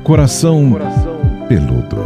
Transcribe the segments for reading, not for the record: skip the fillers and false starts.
Coração Peludo.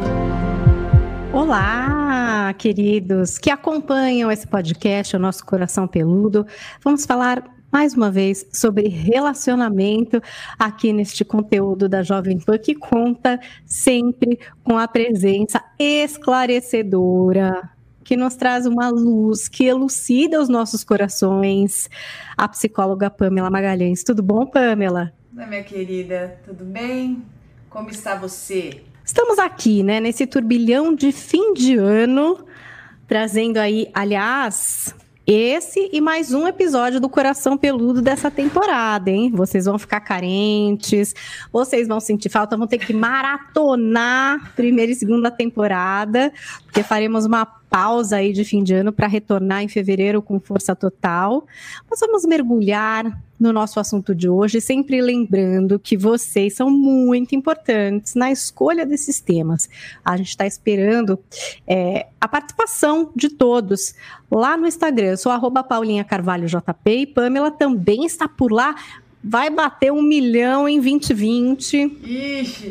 Olá, queridos que acompanham esse podcast, o nosso Coração Peludo. Vamos falar mais uma vez sobre relacionamento aqui neste conteúdo da Jovem Pan, que conta sempre com a presença esclarecedora, que nos traz uma luz, que elucida os nossos corações, a psicóloga Pamela Magalhães. Tudo bom, Pamela? Oi, minha querida, tudo bem? Como está você? Estamos aqui, né, nesse turbilhão de fim de ano, trazendo aí, aliás, esse e mais um episódio do Coração Peludo dessa temporada, hein? Vocês vão ficar carentes, vocês vão sentir falta, vão ter que maratonar primeira e segunda temporada, porque faremos uma pausa aí de fim de ano para retornar em fevereiro com força total. Nós vamos mergulhar no nosso assunto de hoje, sempre lembrando que vocês são muito importantes na escolha desses temas. A gente está esperando a participação de todos lá no Instagram. Eu sou @PaulinhaCarvalhoJP e Pamela também está por lá. Vai bater 1 milhão em 2020. Ixi!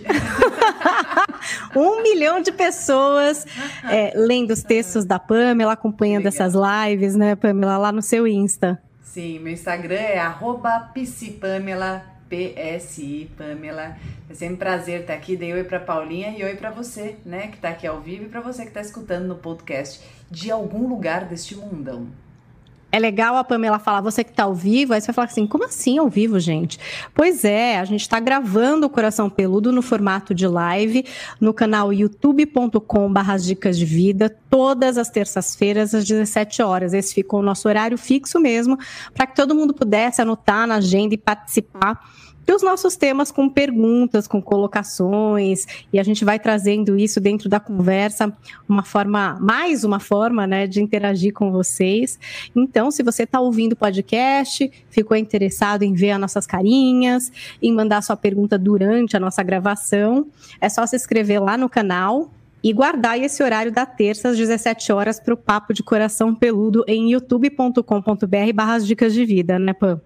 1 milhão de pessoas lendo os textos da Pamela, acompanhando essas lives, né, Pamela, lá no seu Insta. Sim, meu Instagram é @psipamela, PSI Pamela. É sempre um prazer estar aqui. Dei oi pra Paulinha e oi pra você, né, que tá aqui ao vivo, e pra você que tá escutando no podcast de algum lugar deste mundão. É legal a Pamela falar, você que está ao vivo, aí você vai falar assim, como assim ao vivo, gente? Pois é, a gente está gravando o Coração Peludo no formato de live, no canal youtube.com/dicas de vida, todas as terças-feiras, às 17 horas. Esse ficou o nosso horário fixo mesmo, para que todo mundo pudesse anotar na agenda e participar dos nossos temas com perguntas, com colocações, e a gente vai trazendo isso dentro da conversa, mais uma forma, né, de interagir com vocês. Então, se você está ouvindo o podcast, ficou interessado em ver as nossas carinhas, em mandar sua pergunta durante a nossa gravação, é só se inscrever lá no canal e guardar esse horário da terça às 17 horas para o Papo de Coração Peludo em youtube.com.br/dicas de vida, né, Pam?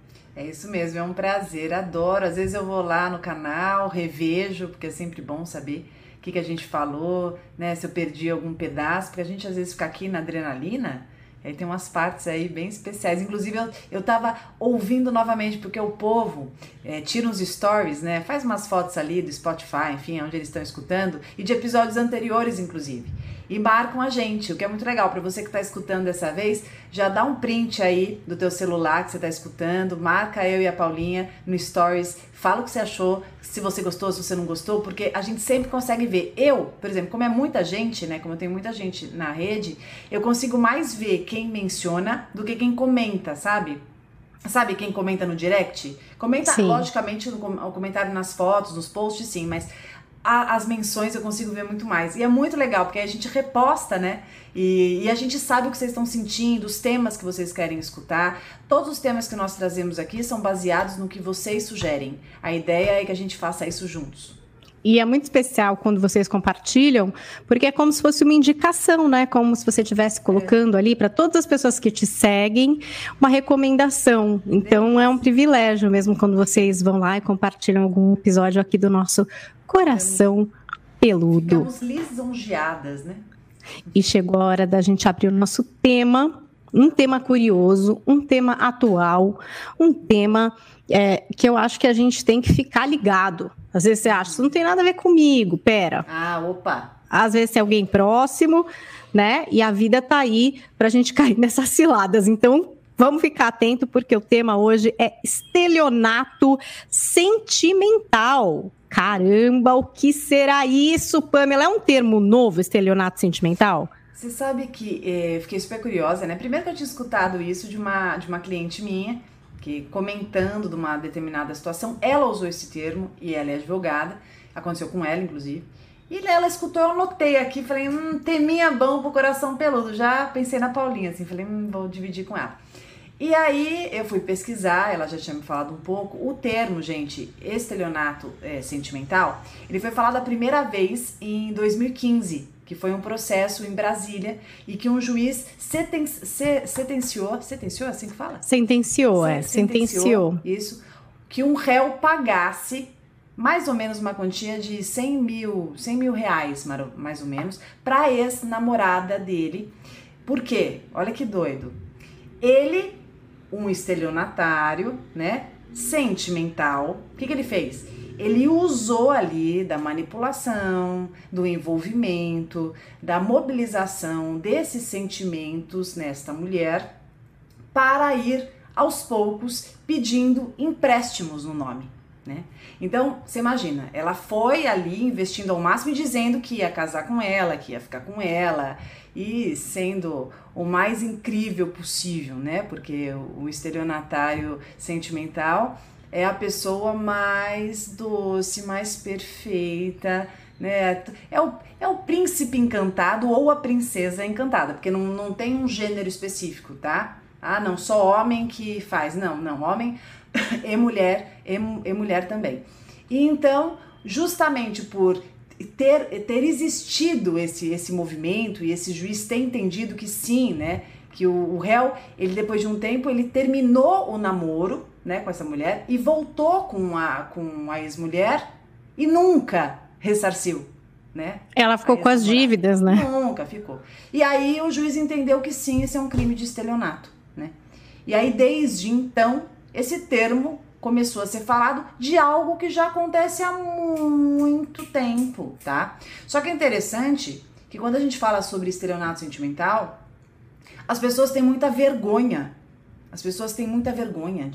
É isso mesmo, é um prazer, adoro. Às vezes eu vou lá no canal, revejo, porque é sempre bom saber o que a gente falou, né? Se eu perdi algum pedaço, porque a gente às vezes fica aqui na adrenalina, e aí tem umas partes aí bem especiais. Inclusive eu tava ouvindo novamente, porque o povo tira uns stories, né? Faz umas fotos ali do Spotify, enfim, onde eles estão escutando, e de episódios anteriores, inclusive. E marcam a gente, o que é muito legal. Para você que está escutando dessa vez, já dá um print aí do teu celular que você está escutando, marca eu e a Paulinha no Stories, fala o que você achou, se você gostou, se você não gostou, porque a gente sempre consegue ver. Eu, por exemplo, como é muita gente, né, como eu tenho muita gente na rede, eu consigo mais ver quem menciona do que quem comenta, sabe? Sabe quem comenta no direct? Comenta, sim, logicamente, o comentário nas fotos, nos posts, sim, mas as menções eu consigo ver muito mais. E é muito legal, porque a gente reposta, né? E a gente sabe o que vocês estão sentindo, os temas que vocês querem escutar. Todos os temas que nós trazemos aqui são baseados no que vocês sugerem. A ideia é que a gente faça isso juntos. E é muito especial quando vocês compartilham, porque é como se fosse uma indicação, né? Como se você estivesse colocando ali para todas as pessoas que te seguem uma recomendação. Então é um privilégio mesmo quando vocês vão lá e compartilham algum episódio aqui do nosso Coração Peludo. Ficamos lisonjeadas, né? E chegou a hora da gente abrir o nosso tema, um tema curioso, um tema atual, um tema que eu acho que a gente tem que ficar ligado. Às vezes você acha, isso não tem nada a ver comigo, pera. Opa! Às vezes é alguém próximo, né? E a vida tá aí pra gente cair nessas ciladas. Então, vamos ficar atento, porque o tema hoje é estelionato sentimental. Caramba, o que será isso, Pamela? É um termo novo, estelionato sentimental? Você sabe que fiquei super curiosa, né? Primeiro que eu tinha escutado isso de uma cliente minha, que comentando de uma determinada situação, ela usou esse termo, e ela é advogada, aconteceu com ela, inclusive. E ela escutou, eu anotei aqui, falei, teminha bom pro Coração Peludo. Já pensei na Paulinha, assim, falei, vou dividir com ela. E aí eu fui pesquisar, ela já tinha me falado um pouco, o termo, gente, estelionato sentimental, ele foi falado a primeira vez em 2015, que foi um processo em Brasília, e que um juiz sentenciou, assim que fala? Sentenciou. Isso, que um réu pagasse mais ou menos uma quantia de 100 mil reais, mais ou menos, para a ex-namorada dele. Por quê? Olha que doido. Ele, um estelionatário, né, sentimental, o que ele fez? Ele usou ali da manipulação, do envolvimento, da mobilização desses sentimentos nesta mulher para ir aos poucos pedindo empréstimos no nome, né? Então, você imagina, ela foi ali investindo ao máximo e dizendo que ia casar com ela, que ia ficar com ela e sendo o mais incrível possível, né? Porque o estelionatário sentimental é a pessoa mais doce, mais perfeita, né? É o príncipe encantado ou a princesa encantada, porque não tem um gênero específico, tá? Ah, não, só homem que faz. Não, homem e mulher também. E então, justamente por ter existido esse movimento e esse juiz ter entendido que sim, né? Que o réu, ele depois de um tempo, ele terminou o namoro, né, com essa mulher e voltou com a ex-mulher e nunca ressarciu, né? Ela ficou com as dívidas, né? Nunca ficou. E aí o juiz entendeu que sim, esse é um crime de estelionato, né? E aí desde então esse termo começou a ser falado de algo que já acontece há muito tempo, tá? Só que é interessante que quando a gente fala sobre estelionato sentimental, as pessoas têm muita vergonha. As pessoas têm muita vergonha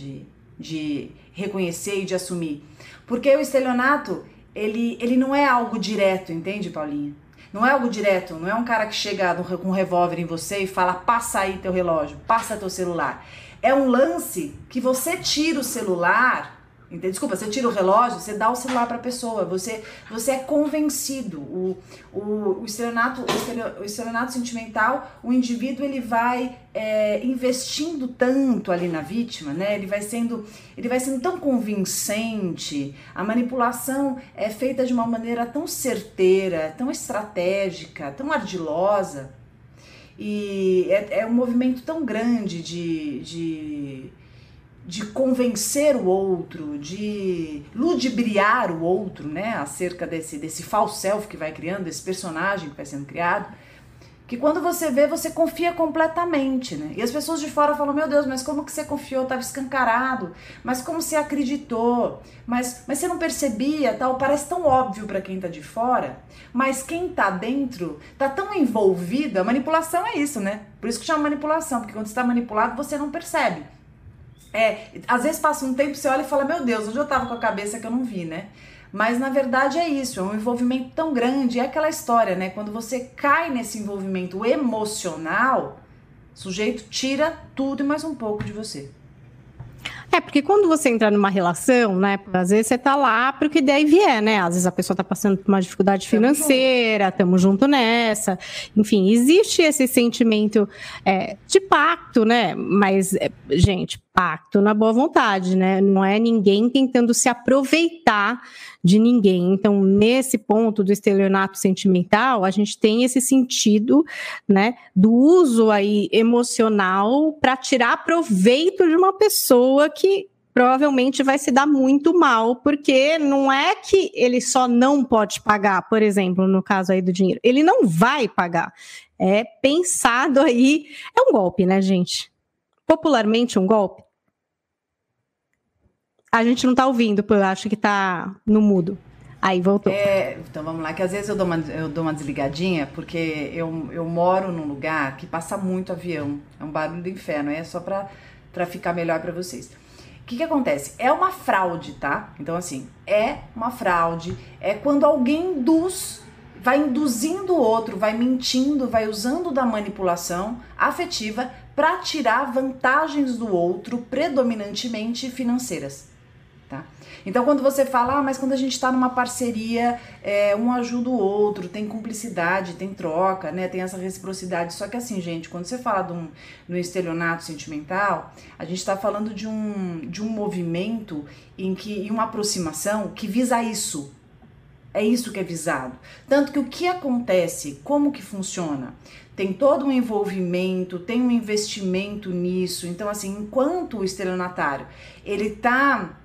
de reconhecer e de assumir. Porque o estelionato, ele não é algo direto, entende, Paulinha? Não é algo direto, não é um cara que chega com um revólver em você e fala, passa aí teu relógio, passa teu celular. É um lance que você tira o celular, desculpa, você tira o relógio, você dá o celular para a pessoa, você é convencido. O estelionato sentimental, o indivíduo ele vai investindo tanto ali na vítima, né? Ele vai sendo tão convincente, a manipulação é feita de uma maneira tão certeira, tão estratégica, tão ardilosa, e é um movimento tão grande de convencer o outro, de ludibriar o outro, né, acerca desse false self que vai criando, desse personagem que vai sendo criado, que quando você vê, você confia completamente, né? E as pessoas de fora falam, meu Deus, mas como que você confiou? Estava escancarado. Mas como você acreditou? Mas você não percebia, tal? Parece tão óbvio para quem tá de fora, mas quem tá dentro tá tão envolvido. A manipulação é isso, né? Por isso que chama manipulação, porque quando você tá manipulado, você não percebe. Às vezes passa um tempo, você olha e fala, meu Deus, onde eu tava com a cabeça que eu não vi, né? Mas na verdade é isso, é um envolvimento tão grande, é aquela história, né? Quando você cai nesse envolvimento emocional, o sujeito tira tudo e mais um pouco de você. Porque quando você entra numa relação, né, às vezes você tá lá pro que der e vier, né? Às vezes a pessoa tá passando por uma dificuldade financeira, tamo junto nessa. Enfim, existe esse sentimento de pacto, né? Mas, gente, pacto na boa vontade, né? Não é ninguém tentando se aproveitar de ninguém. Então, nesse ponto do estelionato sentimental, a gente tem esse sentido, né, do uso aí emocional para tirar proveito de uma pessoa que provavelmente vai se dar muito mal, porque não é que ele só não pode pagar, por exemplo, no caso aí do dinheiro, ele não vai pagar. É pensado aí, é um golpe, né, gente? Popularmente um golpe. A gente não tá ouvindo, eu acho que tá no mudo. Aí, voltou. Então vamos lá, que às vezes eu dou uma desligadinha, porque eu moro num lugar que passa muito avião. É um barulho do inferno, é só pra ficar melhor pra vocês. O que acontece? É uma fraude, tá? Então assim, é uma fraude, é quando alguém vai induzindo o outro, vai mentindo, vai usando da manipulação afetiva pra tirar vantagens do outro, predominantemente financeiras. Tá? Então quando você fala, mas quando a gente tá numa parceria, um ajuda o outro, tem cumplicidade, tem troca, né? Tem essa reciprocidade. Só que assim, gente, quando você fala no estelionato sentimental, a gente tá falando de um movimento em uma aproximação que visa isso. É isso que é visado. Tanto que o que acontece, como que funciona? Tem todo um envolvimento, tem um investimento nisso. Então assim, enquanto o estelionatário, ele tá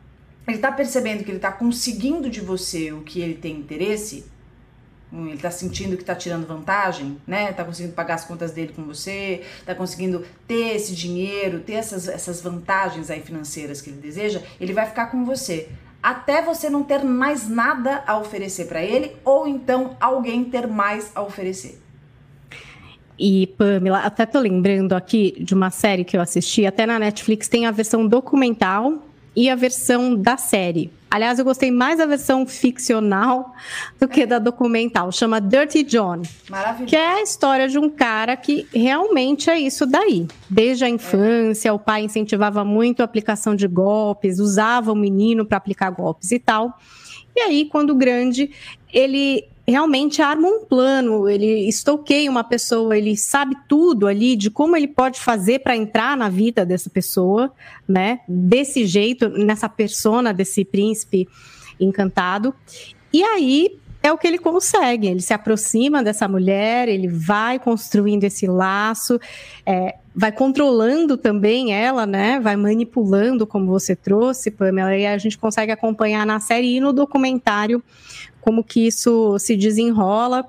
ele tá percebendo que ele tá conseguindo de você o que ele tem interesse, ele tá sentindo que tá tirando vantagem, né? Tá conseguindo pagar as contas dele com você, tá conseguindo ter esse dinheiro, ter essas vantagens aí financeiras que ele deseja, ele vai ficar com você. Até você não ter mais nada a oferecer para ele, ou então alguém ter mais a oferecer. E, Pamela, até tô lembrando aqui de uma série que eu assisti, até na Netflix tem a versão documental e a versão da série. Aliás, eu gostei mais da versão ficcional do que da documental. Chama Dirty John. Maravilhoso. Que é a história de um cara que realmente é isso daí. Desde a infância, o pai incentivava muito a aplicação de golpes, usava o menino para aplicar golpes e tal. E aí, quando grande, ele realmente arma um plano, ele stalkeia uma pessoa, ele sabe tudo ali de como ele pode fazer para entrar na vida dessa pessoa, né? Desse jeito, nessa persona desse príncipe encantado. E aí é o que ele consegue, ele se aproxima dessa mulher, ele vai construindo esse laço, vai controlando também ela, né? Vai manipulando, como você trouxe, Pamela, e a gente consegue acompanhar na série e no documentário como que isso se desenrola.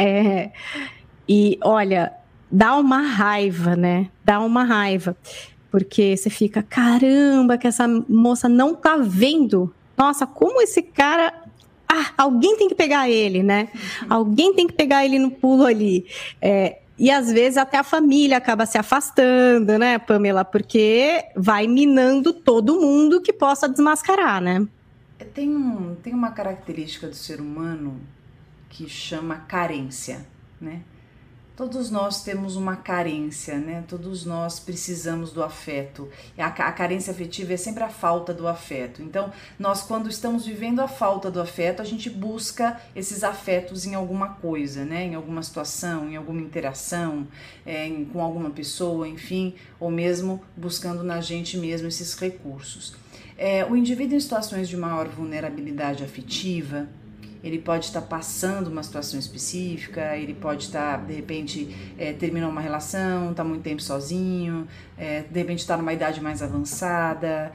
E, olha, dá uma raiva, né? Dá uma raiva. Porque você fica, caramba, que essa moça não tá vendo. Nossa, como esse cara... alguém tem que pegar ele, né? Alguém tem que pegar ele no pulo ali. E, às vezes, até a família acaba se afastando, né, Pamela? Porque vai minando todo mundo que possa desmascarar, né? Tem uma característica do ser humano que chama carência, né? Todos nós temos uma carência, né? Todos nós precisamos do afeto. A carência afetiva é sempre a falta do afeto. Então, nós, quando estamos vivendo a falta do afeto, a gente busca esses afetos em alguma coisa, né? Em alguma situação, em alguma interação, com alguma pessoa, enfim, ou mesmo buscando na gente mesmo esses recursos. O indivíduo em situações de maior vulnerabilidade afetiva, ele pode estar passando uma situação específica, ele pode estar, de repente, terminou uma relação, está muito tempo sozinho, de repente está numa idade mais avançada,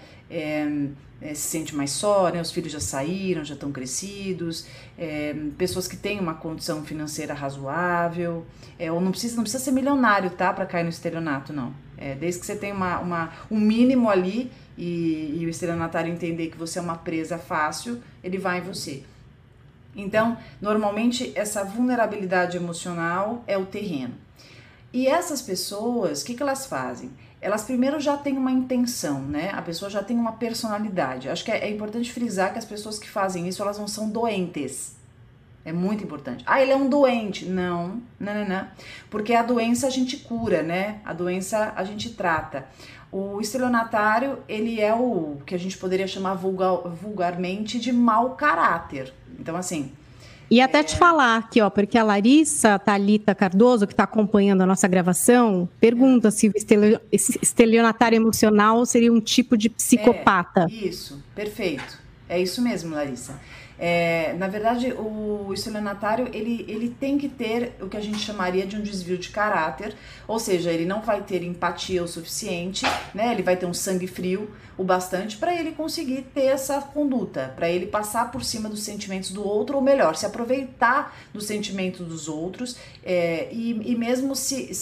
se sente mais só, né? Os filhos já saíram, já estão crescidos, pessoas que têm uma condição financeira razoável, ou não precisa ser milionário, tá? Para cair no estelionato, não. Desde que você tenha um mínimo ali e o estelionatário entender que você é uma presa fácil, ele vai em você. Então, normalmente, essa vulnerabilidade emocional é o terreno. E essas pessoas, o que elas fazem? Elas primeiro já têm uma intenção, né? A pessoa já tem uma personalidade. Acho que é importante frisar que as pessoas que fazem isso, elas não são doentes. É muito importante. Ele é um doente. Não. Porque a doença a gente cura, né? A doença a gente trata. O estelionatário, ele é o que a gente poderia chamar vulgarmente de mau caráter. Então, assim... E até te falar aqui, porque a Larissa Thalita Cardoso, que está acompanhando a nossa gravação, pergunta se o estelionatário emocional seria um tipo de psicopata. Isso, perfeito. É isso mesmo, Larissa. Na verdade, o estelionatário, ele tem que ter o que a gente chamaria de um desvio de caráter, ou seja, ele não vai ter empatia o suficiente, né? Ele vai ter um sangue frio o bastante para ele conseguir ter essa conduta, para ele passar por cima dos sentimentos do outro, ou melhor, se aproveitar do sentimento dos outros e mesmo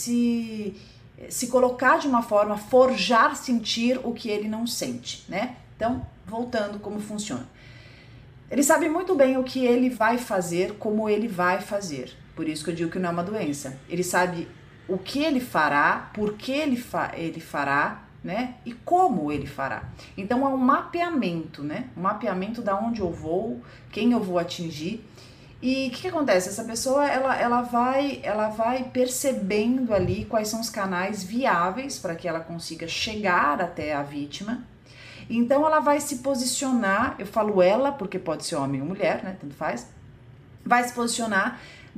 se colocar de uma forma, forjar sentir o que ele não sente, né? Então, voltando como funciona. Ele sabe muito bem o que ele vai fazer, como ele vai fazer. Por isso que eu digo que não é uma doença. Ele sabe o que ele fará, por que ele fará, né? E como ele fará. Então, é um mapeamento, né? Um mapeamento da onde eu vou, quem eu vou atingir. E o que acontece? Essa pessoa, ela vai percebendo ali quais são os canais viáveis para que ela consiga chegar até a vítima. Então ela vai se posicionar, eu falo ela porque pode ser homem ou mulher, né, tanto faz, vai se posicionar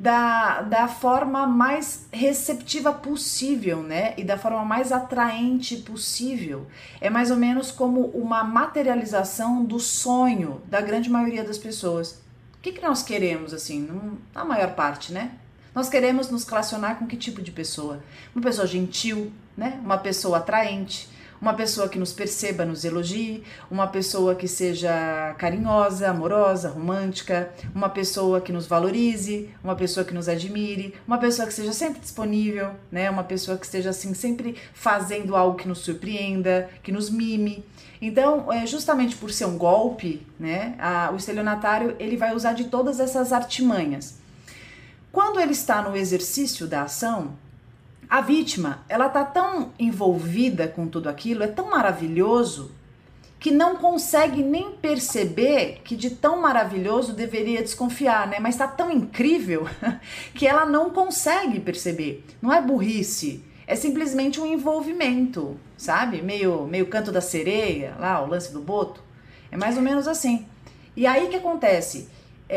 da forma mais receptiva possível, né, e da forma mais atraente possível. É mais ou menos como uma materialização do sonho da grande maioria das pessoas. O que nós queremos, assim, na maior parte, né? Nós queremos nos relacionar com que tipo de pessoa? Uma pessoa gentil, né, uma pessoa atraente, uma pessoa que nos perceba, nos elogie, uma pessoa que seja carinhosa, amorosa, romântica, uma pessoa que nos valorize, uma pessoa que nos admire, uma pessoa que seja sempre disponível, né? Uma pessoa que esteja assim sempre fazendo algo que nos surpreenda, que nos mime. Então, justamente por ser um golpe, né, o estelionatário ele vai usar de todas essas artimanhas. Quando ele está no exercício da ação, a vítima, ela tá tão envolvida com tudo aquilo, é tão maravilhoso, que não consegue nem perceber que de tão maravilhoso deveria desconfiar, né? Mas tá tão incrível que ela não consegue perceber. Não é burrice, é simplesmente um envolvimento, sabe? Meio canto da sereia, lá, o lance do boto. É mais ou menos assim. E aí o que acontece?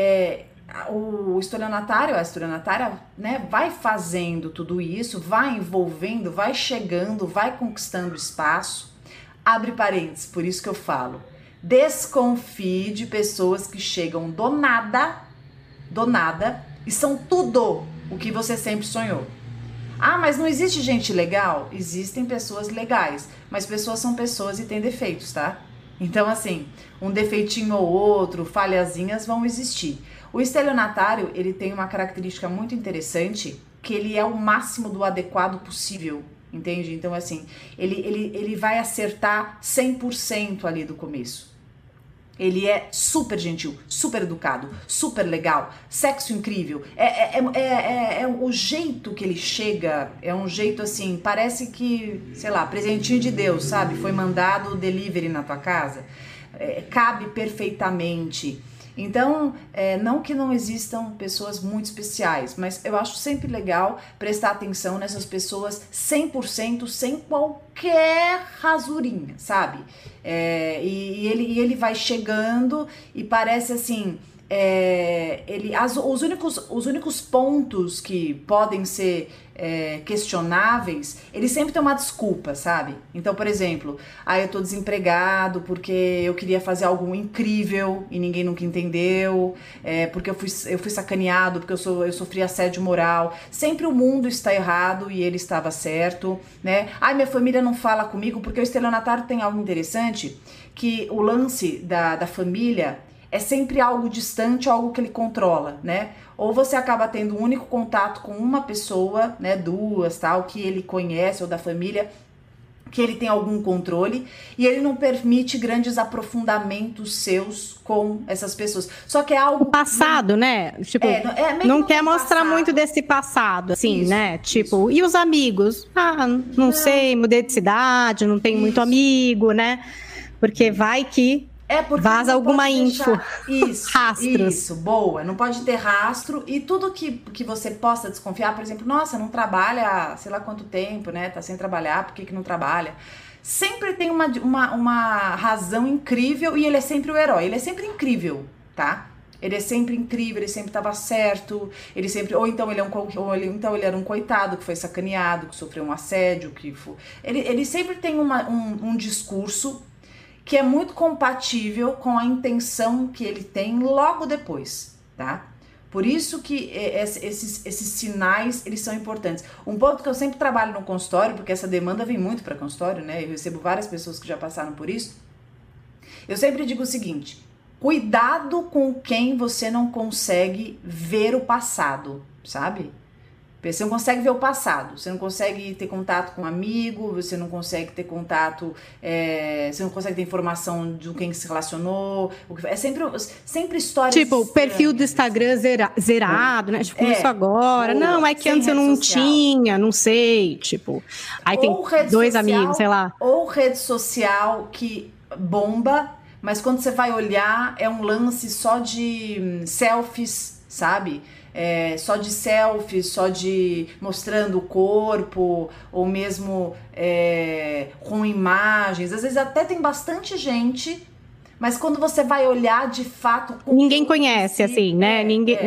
O estelionatário, a estelionatária, né, vai fazendo tudo isso, vai envolvendo, vai chegando, vai conquistando espaço. Abre parênteses, por isso que eu falo. Desconfie de pessoas que chegam do nada, e são tudo o que você sempre sonhou. Ah, mas não existe gente legal? Existem pessoas legais, mas pessoas são pessoas e têm defeitos, tá? Então, assim, um defeitinho ou outro, falhazinhas vão existir. O estelionatário, ele tem uma característica muito interessante, que ele é o máximo do adequado possível, entende? Então, assim, ele vai acertar 100% ali do começo. Ele é super gentil, super educado, super legal, sexo incrível. O jeito que ele chega, é um jeito assim, parece que, sei lá, presentinho de Deus, sabe? Foi mandado o delivery na tua casa. Cabe perfeitamente. Então, não que não existam pessoas muito especiais, mas eu acho sempre legal prestar atenção nessas pessoas 100% sem qualquer rasurinha, sabe? E ele vai chegando e parece assim... os únicos pontos que podem ser questionáveis, ele sempre tem uma desculpa, sabe? Então, por exemplo, eu tô desempregado porque eu queria fazer algo incrível e ninguém nunca entendeu, porque eu fui sacaneado, porque eu sofri assédio moral. Sempre o mundo está errado e ele estava certo, né? Minha família não fala comigo, porque o estelionatário tem algo interessante, que o lance da família é sempre algo distante, algo que ele controla, né? Ou você acaba tendo um único contato com uma pessoa, né, duas, tal, que ele conhece, ou da família, que ele tem algum controle, e ele não permite grandes aprofundamentos seus com essas pessoas. Só que é algo... O passado, né? Tipo, não quer mostrar muito desse passado, assim, isso, né? Tipo, e os amigos? Não sei, mudei de cidade, não tenho muito amigo, né? Porque vai que... vaza alguma info. Rastros. Isso, boa. Não pode ter rastro. E tudo que você possa desconfiar, por exemplo, nossa, não trabalha sei lá quanto tempo, né? Tá sem trabalhar, por que não trabalha? Sempre tem uma razão incrível e ele é sempre o herói. Ele é sempre incrível, tá? Ele é sempre incrível, ele sempre estava certo, ele sempre... Ou então ele era um coitado que foi sacaneado, que sofreu um assédio, ele sempre tem um discurso que é muito compatível com a intenção que ele tem logo depois, tá? Por isso que esses sinais, eles são importantes. Um ponto que eu sempre trabalho no consultório, porque essa demanda vem muito para consultório, né? Eu recebo várias pessoas que já passaram por isso. Eu sempre digo o seguinte: cuidado com quem você não consegue ver o passado, sabe? Você não consegue ver o passado, você não consegue ter contato com um amigo, você não consegue ter contato, você não consegue ter informação de quem se relacionou, é sempre histórias tipo, o perfil do Instagram zerado, né? Tipo, começou agora. Não, é que antes eu não tinha, não sei, tipo... Aí tem dois amigos, sei lá. Ou rede social que bomba, mas quando você vai olhar, é um lance só de selfies, sabe? Só de selfies, só de mostrando o corpo, ou mesmo com imagens. Às vezes até tem bastante gente, Mas quando você vai olhar de fato... Ninguém conhece, assim, né?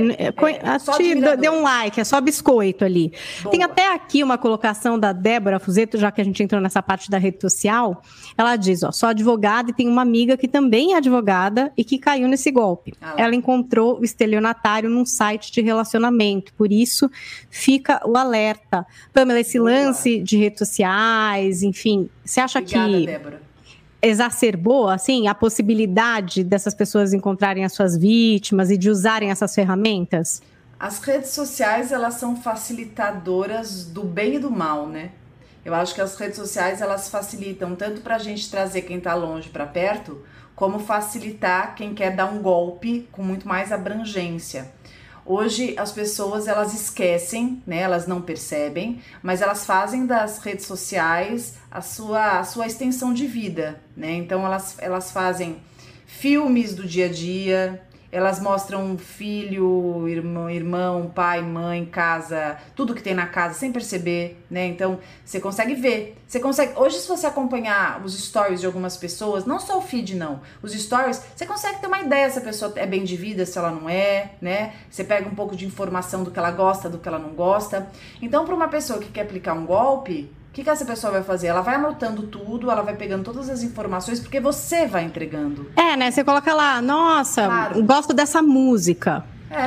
Só deu um like, é só biscoito ali. Boa. Tem até aqui uma colocação da Débora Fuzeto, já que a gente entrou nessa parte da rede social. Ela diz, sou advogada e tenho uma amiga que também é advogada e que caiu nesse golpe. Ela encontrou o estelionatário num site de relacionamento, por isso fica o alerta. Pamela, esse lance de redes sociais, enfim, você acha que... Débora. Exacerbou, assim, a possibilidade dessas pessoas encontrarem as suas vítimas e de usarem essas ferramentas? As redes sociais, elas são facilitadoras do bem e do mal, né? Eu acho que as redes sociais, elas facilitam tanto para a gente trazer quem está longe para perto, como facilitar quem quer dar um golpe com muito mais abrangência. Hoje as pessoas, elas esquecem, né? Elas não percebem, mas elas fazem das redes sociais a sua extensão de vida, né? Então elas fazem filmes do dia a dia, elas mostram filho, irmão, pai, mãe, casa, tudo que tem na casa sem perceber, né? Então você consegue ver, hoje se você acompanhar os stories de algumas pessoas, não só o feed não, os stories, você consegue ter uma ideia se a pessoa é bem de vida, se ela não é, né? Você pega um pouco de informação do que ela gosta, do que ela não gosta. Então para uma pessoa que quer aplicar um golpe, o que essa pessoa vai fazer? Ela vai anotando tudo, ela vai pegando todas as informações, porque você vai entregando. Né? Você coloca lá, nossa, claro, gosto dessa música.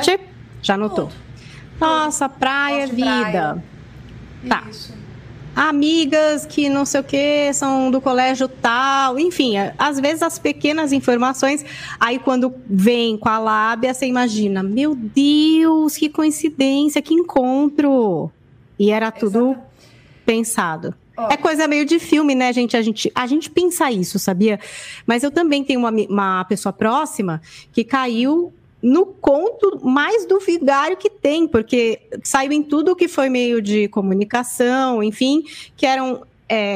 Já anotou. Tudo. Nossa, praia, vida. Tá. Isso. Amigas que não sei o que, são do colégio tal. Enfim, às vezes as pequenas informações, aí quando vem com a lábia, você imagina, meu Deus, que coincidência, que encontro. E era tudo... pensado. É coisa meio de filme, né, gente? A gente pensa isso, sabia? Mas eu também tenho uma pessoa próxima que caiu no conto mais do vigário que tem, porque saiu em tudo que foi meio de comunicação, enfim, que eram,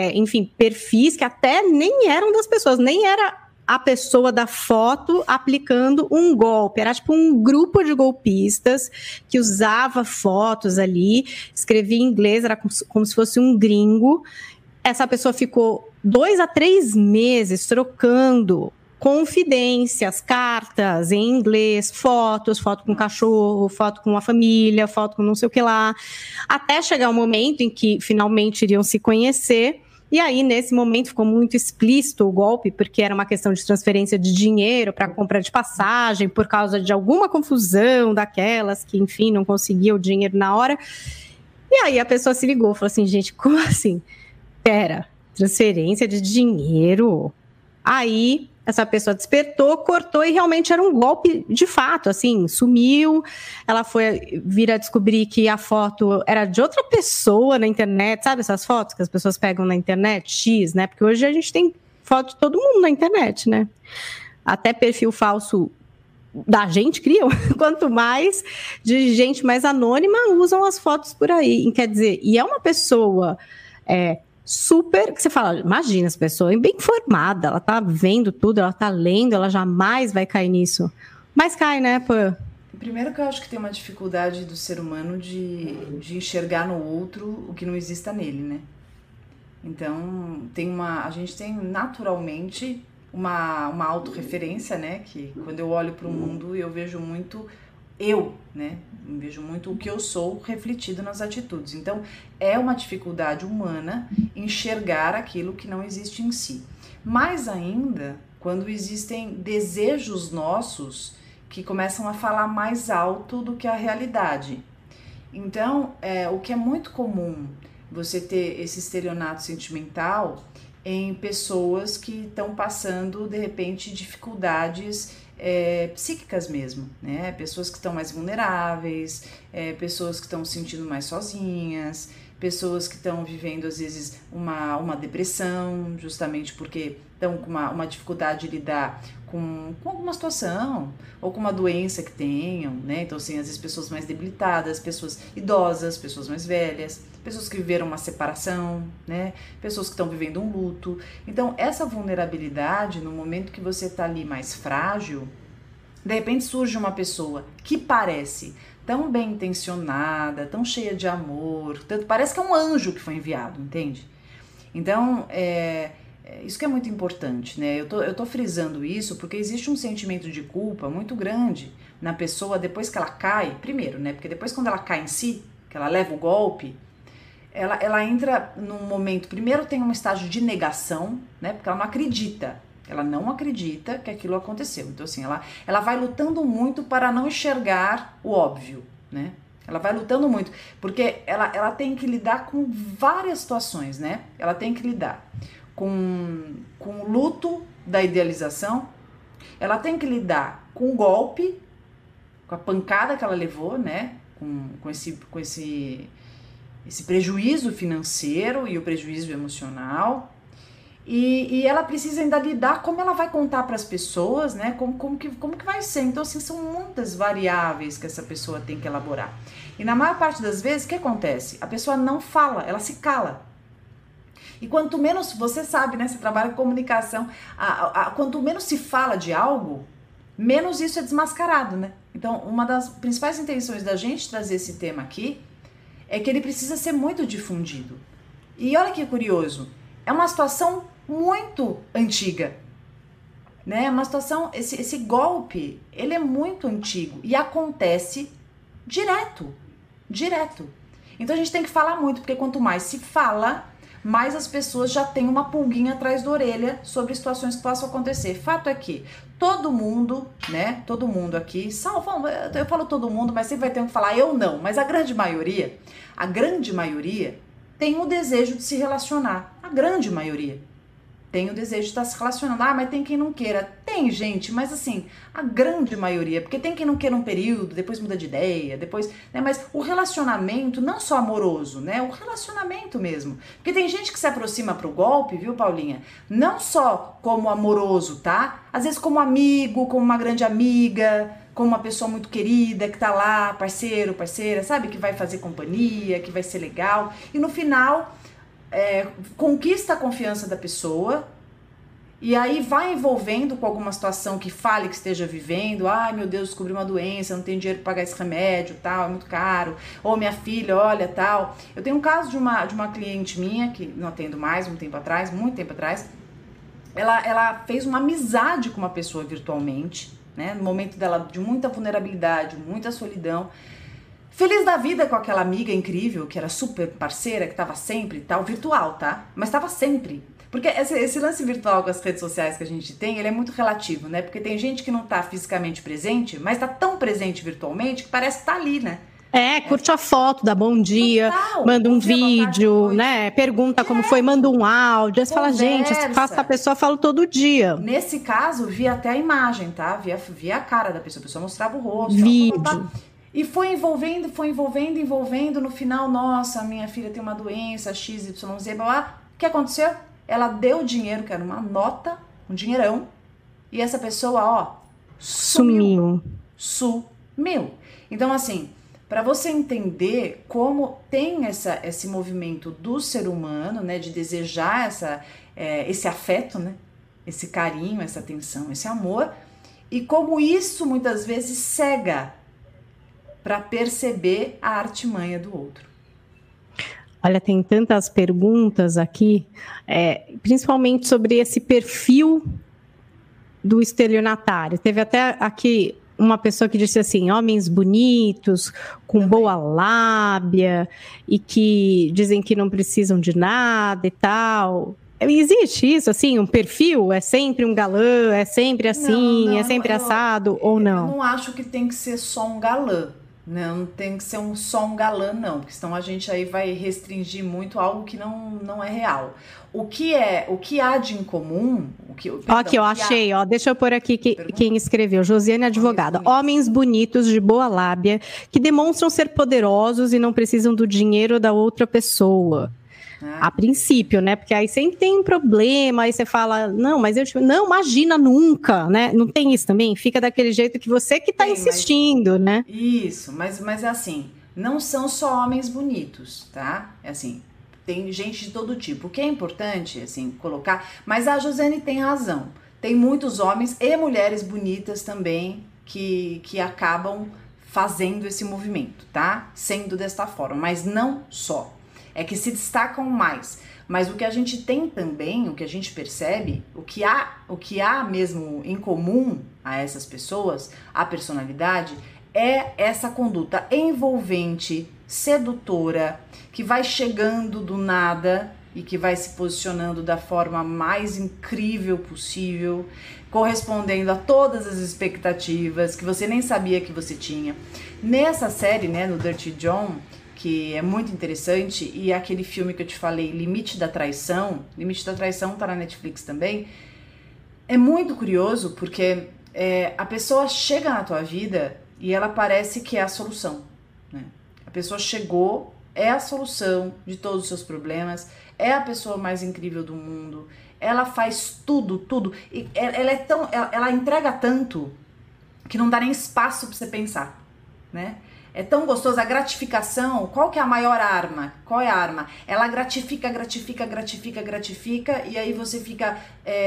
perfis que até nem eram das pessoas, nem era a pessoa da foto aplicando um golpe. Era tipo um grupo de golpistas que usava fotos ali, escrevia em inglês, era como se fosse um gringo. Essa pessoa ficou 2 a 3 meses trocando confidências, cartas em inglês, foto com cachorro, foto com uma família, foto com não sei o que lá, até chegar o momento em que finalmente iriam se conhecer. E aí, nesse momento, ficou muito explícito o golpe, porque era uma questão de transferência de dinheiro para compra de passagem, por causa de alguma confusão daquelas que, enfim, não conseguia o dinheiro na hora. E aí a pessoa se ligou, falou assim, gente, como assim? Pera, transferência de dinheiro? Aí essa pessoa despertou, cortou e realmente era um golpe de fato, assim, sumiu. Ela foi vir a descobrir que a foto era de outra pessoa na internet, sabe essas fotos que as pessoas pegam na internet, X, né? Porque hoje a gente tem foto de todo mundo na internet, né? Até perfil falso da gente criam, quanto mais de gente mais anônima usam as fotos por aí. Quer dizer, e é uma pessoa... super, que você fala, imagina essa pessoa é bem informada, ela tá vendo tudo, ela tá lendo, ela jamais vai cair nisso. Mas cai, né, pô? Primeiro que eu acho que tem uma dificuldade do ser humano de enxergar no outro o que não exista nele, né? Então, a gente tem naturalmente uma autorreferência, né? Que quando eu olho para o mundo, eu vejo muito né? Eu vejo muito o que eu sou refletido nas atitudes. Então, é uma dificuldade humana enxergar aquilo que não existe em si. Mais ainda, quando existem desejos nossos que começam a falar mais alto do que a realidade. Então, o que é muito comum você ter esse estelionato sentimental em pessoas que estão passando, de repente, dificuldades psíquicas mesmo, né? Pessoas que estão mais vulneráveis, pessoas que estão se sentindo mais sozinhas, pessoas que estão vivendo, às vezes, uma depressão, justamente porque estão com uma dificuldade de lidar com alguma situação ou com uma doença que tenham, né? Então, assim, às vezes pessoas mais debilitadas, pessoas idosas, pessoas mais velhas, pessoas que viveram uma separação, né? Pessoas que estão vivendo um luto. Então, essa vulnerabilidade, no momento que você está ali mais frágil, de repente surge uma pessoa que parece tão bem intencionada, tão cheia de amor, tanto parece que é um anjo que foi enviado, entende? Então, isso que é muito importante, né? Eu tô frisando isso porque existe um sentimento de culpa muito grande na pessoa depois que ela cai, primeiro, né? Porque depois quando ela cai em si, que ela leva o golpe, ela entra num momento, primeiro tem um estágio de negação, né? Porque ela não acredita que aquilo aconteceu. Então assim, ela vai lutando muito para não enxergar o óbvio, né? Ela vai lutando muito, porque ela tem que lidar com várias situações, né? Ela tem que lidar com o luto da idealização, ela tem que lidar com o golpe, com a pancada que ela levou, né? Com esse prejuízo financeiro e o prejuízo emocional. E ela precisa ainda lidar como ela vai contar para as pessoas, né? Como que vai ser. Então, assim, são muitas variáveis que essa pessoa tem que elaborar. E na maior parte das vezes, o que acontece? A pessoa não fala, ela se cala. E quanto menos, você sabe, né? Você trabalha com comunicação, quanto menos se fala de algo, menos isso é desmascarado, né? Então, uma das principais intenções da gente trazer esse tema aqui é que ele precisa ser muito difundido. E olha que curioso, é uma situação muito antiga, né? Uma situação, esse golpe, ele é muito antigo e acontece direto. Então a gente tem que falar muito, porque quanto mais se fala, mais as pessoas já têm uma pulguinha atrás da orelha sobre situações que possam acontecer. Fato é que todo mundo, né? Todo mundo aqui, eu falo todo mundo, mas sempre vai ter que falar eu não, mas a grande maioria tem o desejo de se relacionar. A grande maioria tem o desejo de estar se relacionando. Ah, mas tem quem não queira. Tem, gente, mas assim, a grande maioria, porque tem quem não queira um período, depois muda de ideia, depois, né, mas o relacionamento, não só amoroso, né, o relacionamento mesmo. Porque tem gente que se aproxima pro golpe, viu, Paulinha? Não só como amoroso, tá? Às vezes como amigo, como uma grande amiga, como uma pessoa muito querida que tá lá, parceiro, parceira, sabe? Que vai fazer companhia, que vai ser legal. E no final, conquista a confiança da pessoa e aí vai envolvendo com alguma situação que fale que esteja vivendo. Ai, meu Deus, descobri uma doença, não tenho dinheiro para pagar esse remédio, tal, é muito caro. Ou minha filha, olha, tal. Eu tenho um caso de uma cliente minha, que não atendo mais, muito tempo atrás. Ela fez uma amizade com uma pessoa virtualmente, né? No momento dela de muita vulnerabilidade, muita solidão. Feliz da vida com aquela amiga incrível, que era super parceira, que tava sempre, tal, virtual, tá? Mas tava sempre. Porque esse lance virtual com as redes sociais que a gente tem, ele é muito relativo, né? Porque tem gente que não tá fisicamente presente, mas tá tão presente virtualmente que parece que tá ali, né? Curte a foto, dá bom dia, total, manda um vídeo, né? Pergunta como foi, manda um áudio. Aí você fala, gente, eu faço essa pessoa, falo todo dia. Nesse caso, via até a imagem, tá? Via a cara da pessoa, a pessoa mostrava o rosto. Vídeo. E foi envolvendo, no final, nossa, minha filha tem uma doença, XYZ, blá. O que aconteceu? Ela deu dinheiro, que era uma nota, um dinheirão, e essa pessoa, ó, sumiu. Então, assim, para você entender como tem esse movimento do ser humano, né, de desejar esse afeto, né, esse carinho, essa atenção, esse amor, e como isso muitas vezes cega para perceber a artimanha do outro. Olha, tem tantas perguntas aqui, principalmente sobre esse perfil do estelionatário. Teve até aqui uma pessoa que disse assim, homens bonitos, com boa lábia, e que dizem que não precisam de nada e tal. Existe isso, assim, um perfil? É sempre um galã, é sempre assim, é sempre assado, ou não? Eu não acho que tem que ser só um galã. Não tem que ser só um galã, não, porque senão a gente aí vai restringir muito algo que não é real. O que há de incomum... Aqui, eu achei, deixa eu pôr aqui quem escreveu, Josiane Advogada. Homens bonitos, de boa lábia, que demonstram ser poderosos e não precisam do dinheiro da outra pessoa. A princípio, né? Porque aí sempre tem um problema, aí você fala, não, mas não, imagina nunca, né? Não tem isso também? Fica daquele jeito que você que tá insistindo, né? Isso, mas é assim, não são só homens bonitos, tá? É assim, tem gente de todo tipo. O que é importante, assim, colocar... Mas a Josiane tem razão. Tem muitos homens e mulheres bonitas também que acabam fazendo esse movimento, tá? Sendo desta forma, mas não só. É que se destacam mais. Mas o que a gente tem também, o que a gente percebe, o que há mesmo em comum a essas pessoas, a personalidade, é essa conduta envolvente, sedutora, que vai chegando do nada e que vai se posicionando da forma mais incrível possível, correspondendo a todas as expectativas que você nem sabia que você tinha. Nessa série, né, no Dirty John, que é muito interessante, e aquele filme que eu te falei, Limite da Traição tá na Netflix também, é muito curioso porque a pessoa chega na tua vida e ela parece que é a solução, né? A pessoa chegou, é a solução de todos os seus problemas, é a pessoa mais incrível do mundo, ela faz tudo, e ela entrega tanto que não dá nem espaço pra você pensar, né? É tão gostoso, a gratificação, qual que é a maior arma? Qual é a arma? Ela gratifica, e aí você fica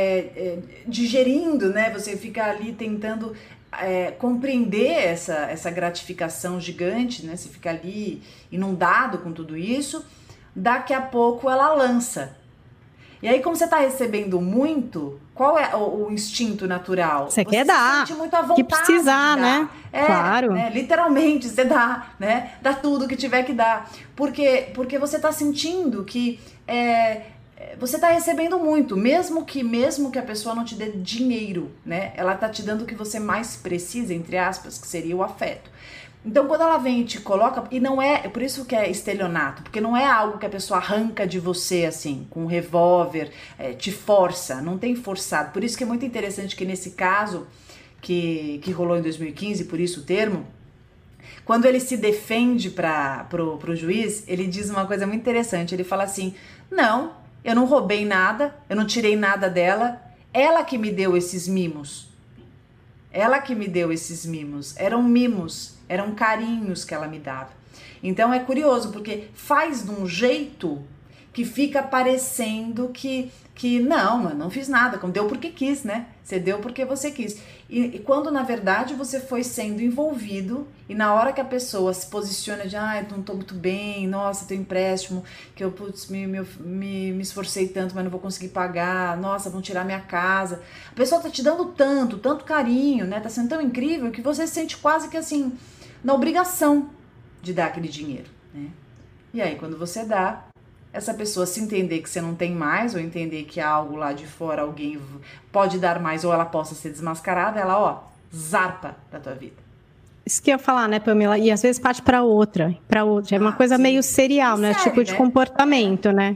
digerindo, né? Você fica ali tentando compreender essa gratificação gigante, né? Você fica ali inundado com tudo isso, daqui a pouco ela lança. E aí, como você tá recebendo muito, qual é o instinto natural? Você quer dar, sente muito à vontade que precisar, né? Claro. Né? Literalmente, você dá, né? Dá tudo que tiver que dar. Porque você tá sentindo que você tá recebendo muito, mesmo que a pessoa não te dê dinheiro, né? Ela tá te dando o que você mais precisa, entre aspas, que seria o afeto. Então, quando ela vem e te coloca, e não é por isso que é estelionato, porque não é algo que a pessoa arranca de você, assim, com um revólver, te força, não tem forçado. Por isso que é muito interessante que nesse caso, que rolou em 2015, por isso o termo, quando ele se defende pro juiz, ele diz uma coisa muito interessante, ele fala assim, não, eu não roubei nada, eu não tirei nada dela, ela que me deu esses mimos. Ela que me deu esses mimos, eram carinhos que ela me dava. Então é curioso, porque faz de um jeito que fica parecendo que não, mano, não fiz nada, deu porque quis, né? Você deu porque você quis. E quando na verdade você foi sendo envolvido, e na hora que a pessoa se posiciona de não tô muito bem, nossa, tem empréstimo, que eu me esforcei tanto, mas não vou conseguir pagar, nossa, vão tirar minha casa. A pessoa tá te dando tanto carinho, né? Tá sendo tão incrível que você se sente quase que assim, na obrigação de dar aquele dinheiro, né? E aí quando você dá, essa pessoa se entender que você não tem mais, ou entender que há algo lá de fora, alguém pode dar mais, ou ela possa ser desmascarada, ela, zarpa da tua vida. Isso que eu ia falar, né, Pamela? E às vezes parte para outra. É uma coisa sim, meio serial, né? Série, tipo de comportamento, né?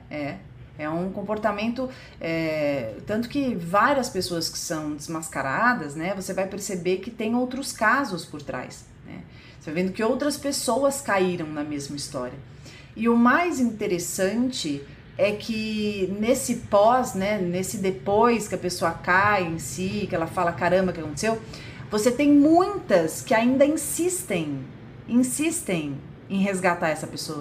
É um comportamento, tanto que várias pessoas que são desmascaradas, né? Você vai perceber que tem outros casos por trás, né? Você vai vendo que outras pessoas caíram na mesma história. E o mais interessante é que nesse pós, né, nesse depois que a pessoa cai em si, que ela fala, caramba, o que aconteceu? Você tem muitas que ainda insistem em resgatar essa pessoa.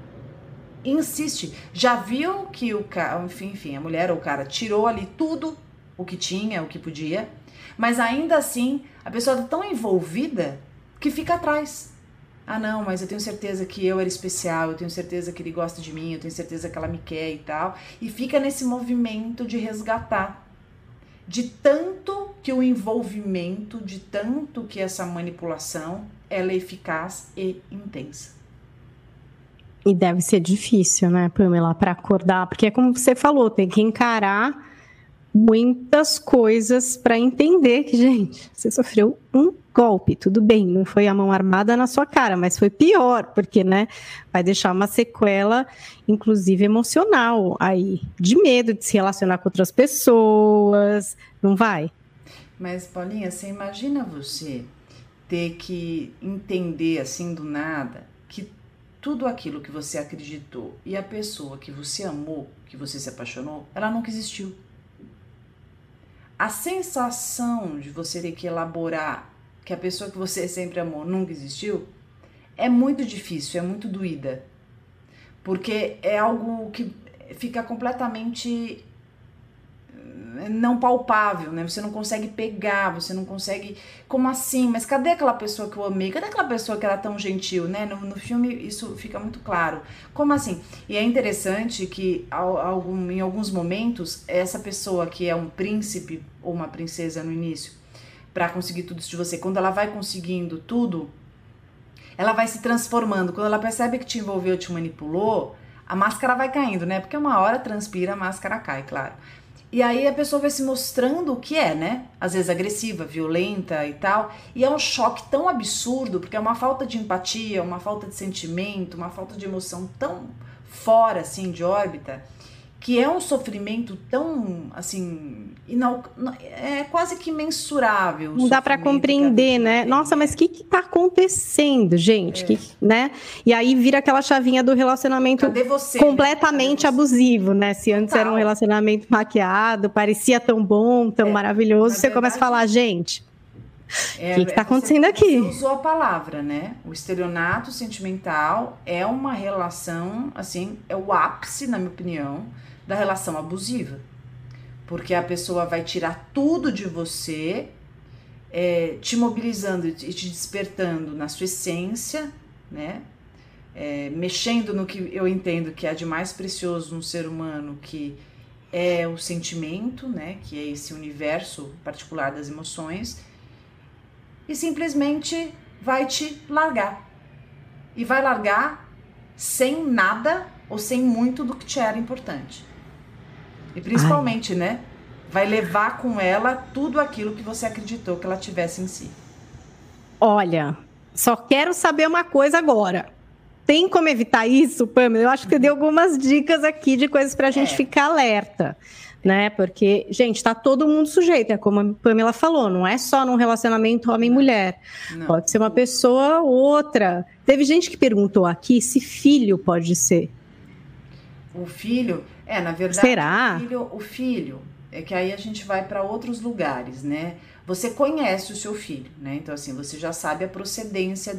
Insiste. Já viu que o cara, enfim, a mulher ou o cara tirou ali tudo o que tinha, o que podia, mas ainda assim a pessoa tá tão envolvida que fica atrás. Não, mas eu tenho certeza que eu era especial, eu tenho certeza que ele gosta de mim, eu tenho certeza que ela me quer e tal. E fica nesse movimento de resgatar. De tanto que o envolvimento, de tanto que essa manipulação, ela é eficaz e intensa. E deve ser difícil, né, Pamela, para acordar. Porque é como você falou, tem que encarar muitas coisas para entender que, gente, você sofreu um golpe, tudo bem, não foi a mão armada na sua cara, mas foi pior, porque, né, vai deixar uma sequela, inclusive emocional aí, de medo de se relacionar com outras pessoas, não vai? Mas, Paulinha, você imagina você ter que entender, assim, do nada, que tudo aquilo que você acreditou e a pessoa que você amou, que você se apaixonou, ela nunca existiu. A sensação de você ter que elaborar que a pessoa que você sempre amou nunca existiu é muito difícil, é muito doída. Porque é algo que fica completamente não palpável, né? Você não consegue pegar, você não consegue... Como assim? Mas cadê aquela pessoa que eu amei? Cadê aquela pessoa que era tão gentil, né? No filme isso fica muito claro. Como assim? E é interessante que em alguns momentos, essa pessoa que é um príncipe ou uma princesa no início, para conseguir tudo isso de você, quando ela vai conseguindo tudo, ela vai se transformando. Quando ela percebe que te envolveu, te manipulou, a máscara vai caindo, né? Porque uma hora transpira, a máscara cai, claro. E aí a pessoa vai se mostrando o que é, né? Às vezes agressiva, violenta e tal. E é um choque tão absurdo, porque é uma falta de empatia, uma falta de sentimento, uma falta de emoção tão fora, assim, de órbita, que é um sofrimento tão, assim, é quase que mensurável. Não dá para compreender, né? Nossa, mas o que tá acontecendo, gente? Né? E aí vira aquela chavinha do relacionamento completamente abusivo, né? Se antes era um relacionamento maquiado, parecia tão bom, tão maravilhoso, você começa a falar, gente, o que tá acontecendo aqui? Você usou a palavra, né? O estelionato sentimental é uma relação, assim, é o ápice, na minha opinião, da relação abusiva. Porque a pessoa vai tirar tudo de você, te mobilizando e te despertando na sua essência, né? Mexendo no que eu entendo que é de mais precioso no ser humano, que é o sentimento, né? Que é esse universo particular das emoções, e simplesmente vai te largar. E vai largar sem nada ou sem muito do que te era importante. E principalmente, né, vai levar com ela tudo aquilo que você acreditou que ela tivesse em si. Olha, só quero saber uma coisa agora. Tem como evitar isso, Pamela? Eu acho que você deu algumas dicas aqui de coisas pra gente ficar alerta, né? Porque, gente, tá todo mundo sujeito, é como a Pamela falou, não é só num relacionamento homem-mulher. Pode ser uma pessoa ou outra. Teve gente que perguntou aqui se filho pode ser. O filho... na verdade, será? O filho, é que aí a gente vai para outros lugares, né? Você conhece o seu filho, né? Então, assim, você já sabe a procedência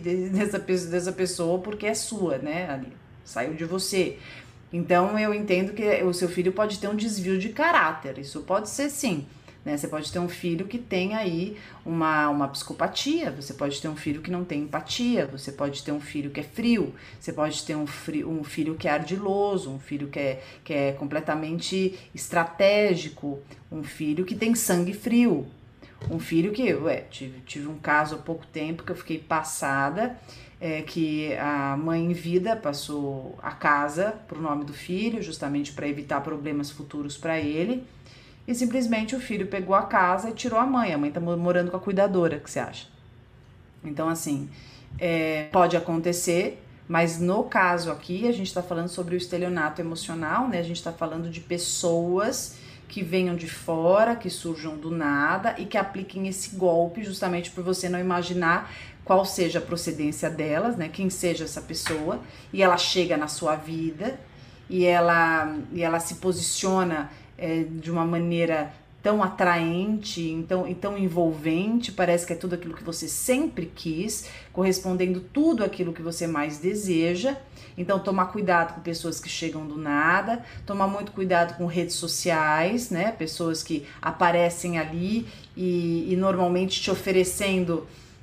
dessa pessoa porque é sua, né? Ali, saiu de você. Então, eu entendo que o seu filho pode ter um desvio de caráter, isso pode ser sim. Né? Você pode ter um filho que tem aí uma psicopatia, você pode ter um filho que não tem empatia, você pode ter um filho que é frio, você pode ter um filho que é ardiloso, um filho que é completamente estratégico, um filho que tem sangue frio, um filho que... tive um caso há pouco tempo que eu fiquei passada, que a mãe em vida passou a casa pro nome do filho, justamente para evitar problemas futuros para ele. E simplesmente o filho pegou a casa e tirou a mãe tá morando com a cuidadora, o que você acha? Então, assim, pode acontecer, mas no caso aqui, a gente tá falando sobre o estelionato emocional, né? A gente tá falando de pessoas que venham de fora, que surjam do nada e que apliquem esse golpe justamente por você não imaginar qual seja a procedência delas, né? Quem seja essa pessoa, e ela chega na sua vida e ela se posiciona de uma maneira tão atraente, tão envolvente, parece que é tudo aquilo que você sempre quis, correspondendo tudo aquilo que você mais deseja. Então, tomar cuidado com pessoas que chegam do nada, tomar muito cuidado com redes sociais, né? Pessoas que aparecem ali e normalmente te oferecendo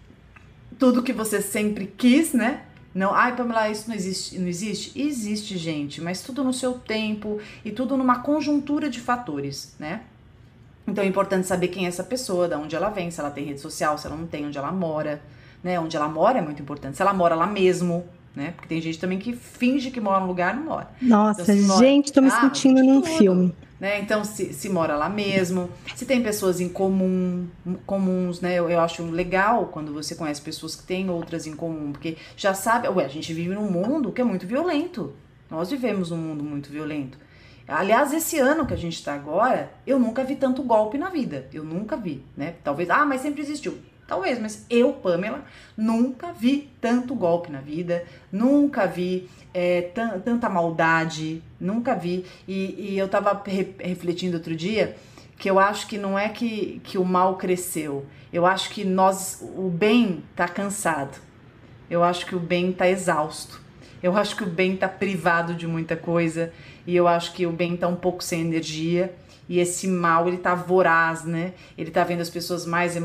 tudo que você sempre quis, né? Não, Pamela, isso não existe. Não existe? Existe, gente, mas tudo no seu tempo e tudo numa conjuntura de fatores, né? Então é importante saber quem é essa pessoa, de onde ela vem, se ela tem rede social, se ela não tem, onde ela mora, né? Onde ela mora é muito importante, se ela mora lá mesmo, né? Porque tem gente também que finge que mora num lugar e não mora. Nossa, então, gente, tô me sentindo num filme. Né? Então, se mora lá mesmo, se tem pessoas em comuns, né? Eu acho legal quando você conhece pessoas que têm outras em comum, porque já sabe, a gente vive num mundo que é muito violento. Nós vivemos num mundo muito violento. Aliás, esse ano que a gente tá agora, eu nunca vi tanto golpe na vida. Eu nunca vi, né? Talvez, mas sempre existiu. Talvez, mas eu, Pamela, nunca vi tanto golpe na vida, nunca vi tanta maldade, nunca vi. E eu tava refletindo outro dia que eu acho que não é que o mal cresceu, eu acho que o bem tá cansado, eu acho que o bem tá exausto, eu acho que o bem tá privado de muita coisa, e eu acho que o bem tá um pouco sem energia. E esse mal, ele tá voraz, né? Ele tá vendo as pessoas mais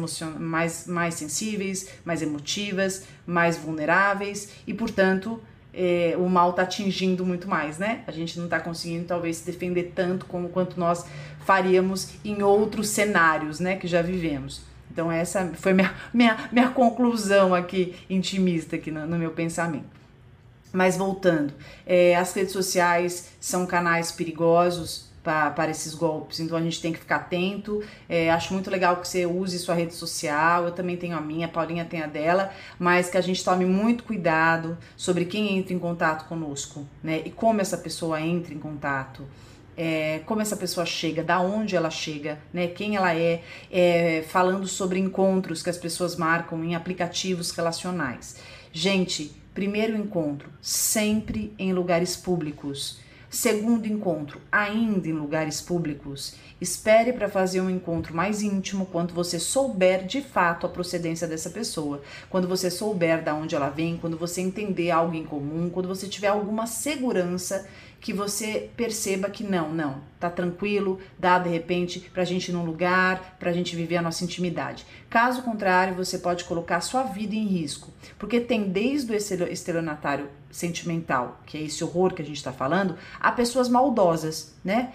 sensíveis, mais emotivas, mais vulneráveis e, portanto, o mal tá atingindo muito mais, né? A gente não tá conseguindo, talvez, se defender tanto quanto nós faríamos em outros cenários, né? Que já vivemos. Então, essa foi minha conclusão aqui, intimista, aqui no meu pensamento. Mas voltando, as redes sociais são canais perigosos para esses golpes, então a gente tem que ficar atento. Acho muito legal que você use sua rede social, eu também tenho a minha, a Paulinha tem a dela, mas que a gente tome muito cuidado sobre quem entra em contato conosco, né? E como essa pessoa entra em contato, como essa pessoa chega, da onde ela chega, né? Quem ela falando sobre encontros que as pessoas marcam em aplicativos relacionais. Gente, primeiro encontro, sempre em lugares públicos. Segundo encontro, ainda em lugares públicos. Espere para fazer um encontro mais íntimo quando você souber de fato a procedência dessa pessoa. Quando você souber de onde ela vem, quando você entender algo em comum, quando você tiver alguma segurança que você perceba que não, tá tranquilo, dá de repente pra gente ir num lugar, pra gente viver a nossa intimidade. Caso contrário, você pode colocar a sua vida em risco, porque tem desde o estelionatário sentimental, que é esse horror que a gente tá falando, a pessoas maldosas, né?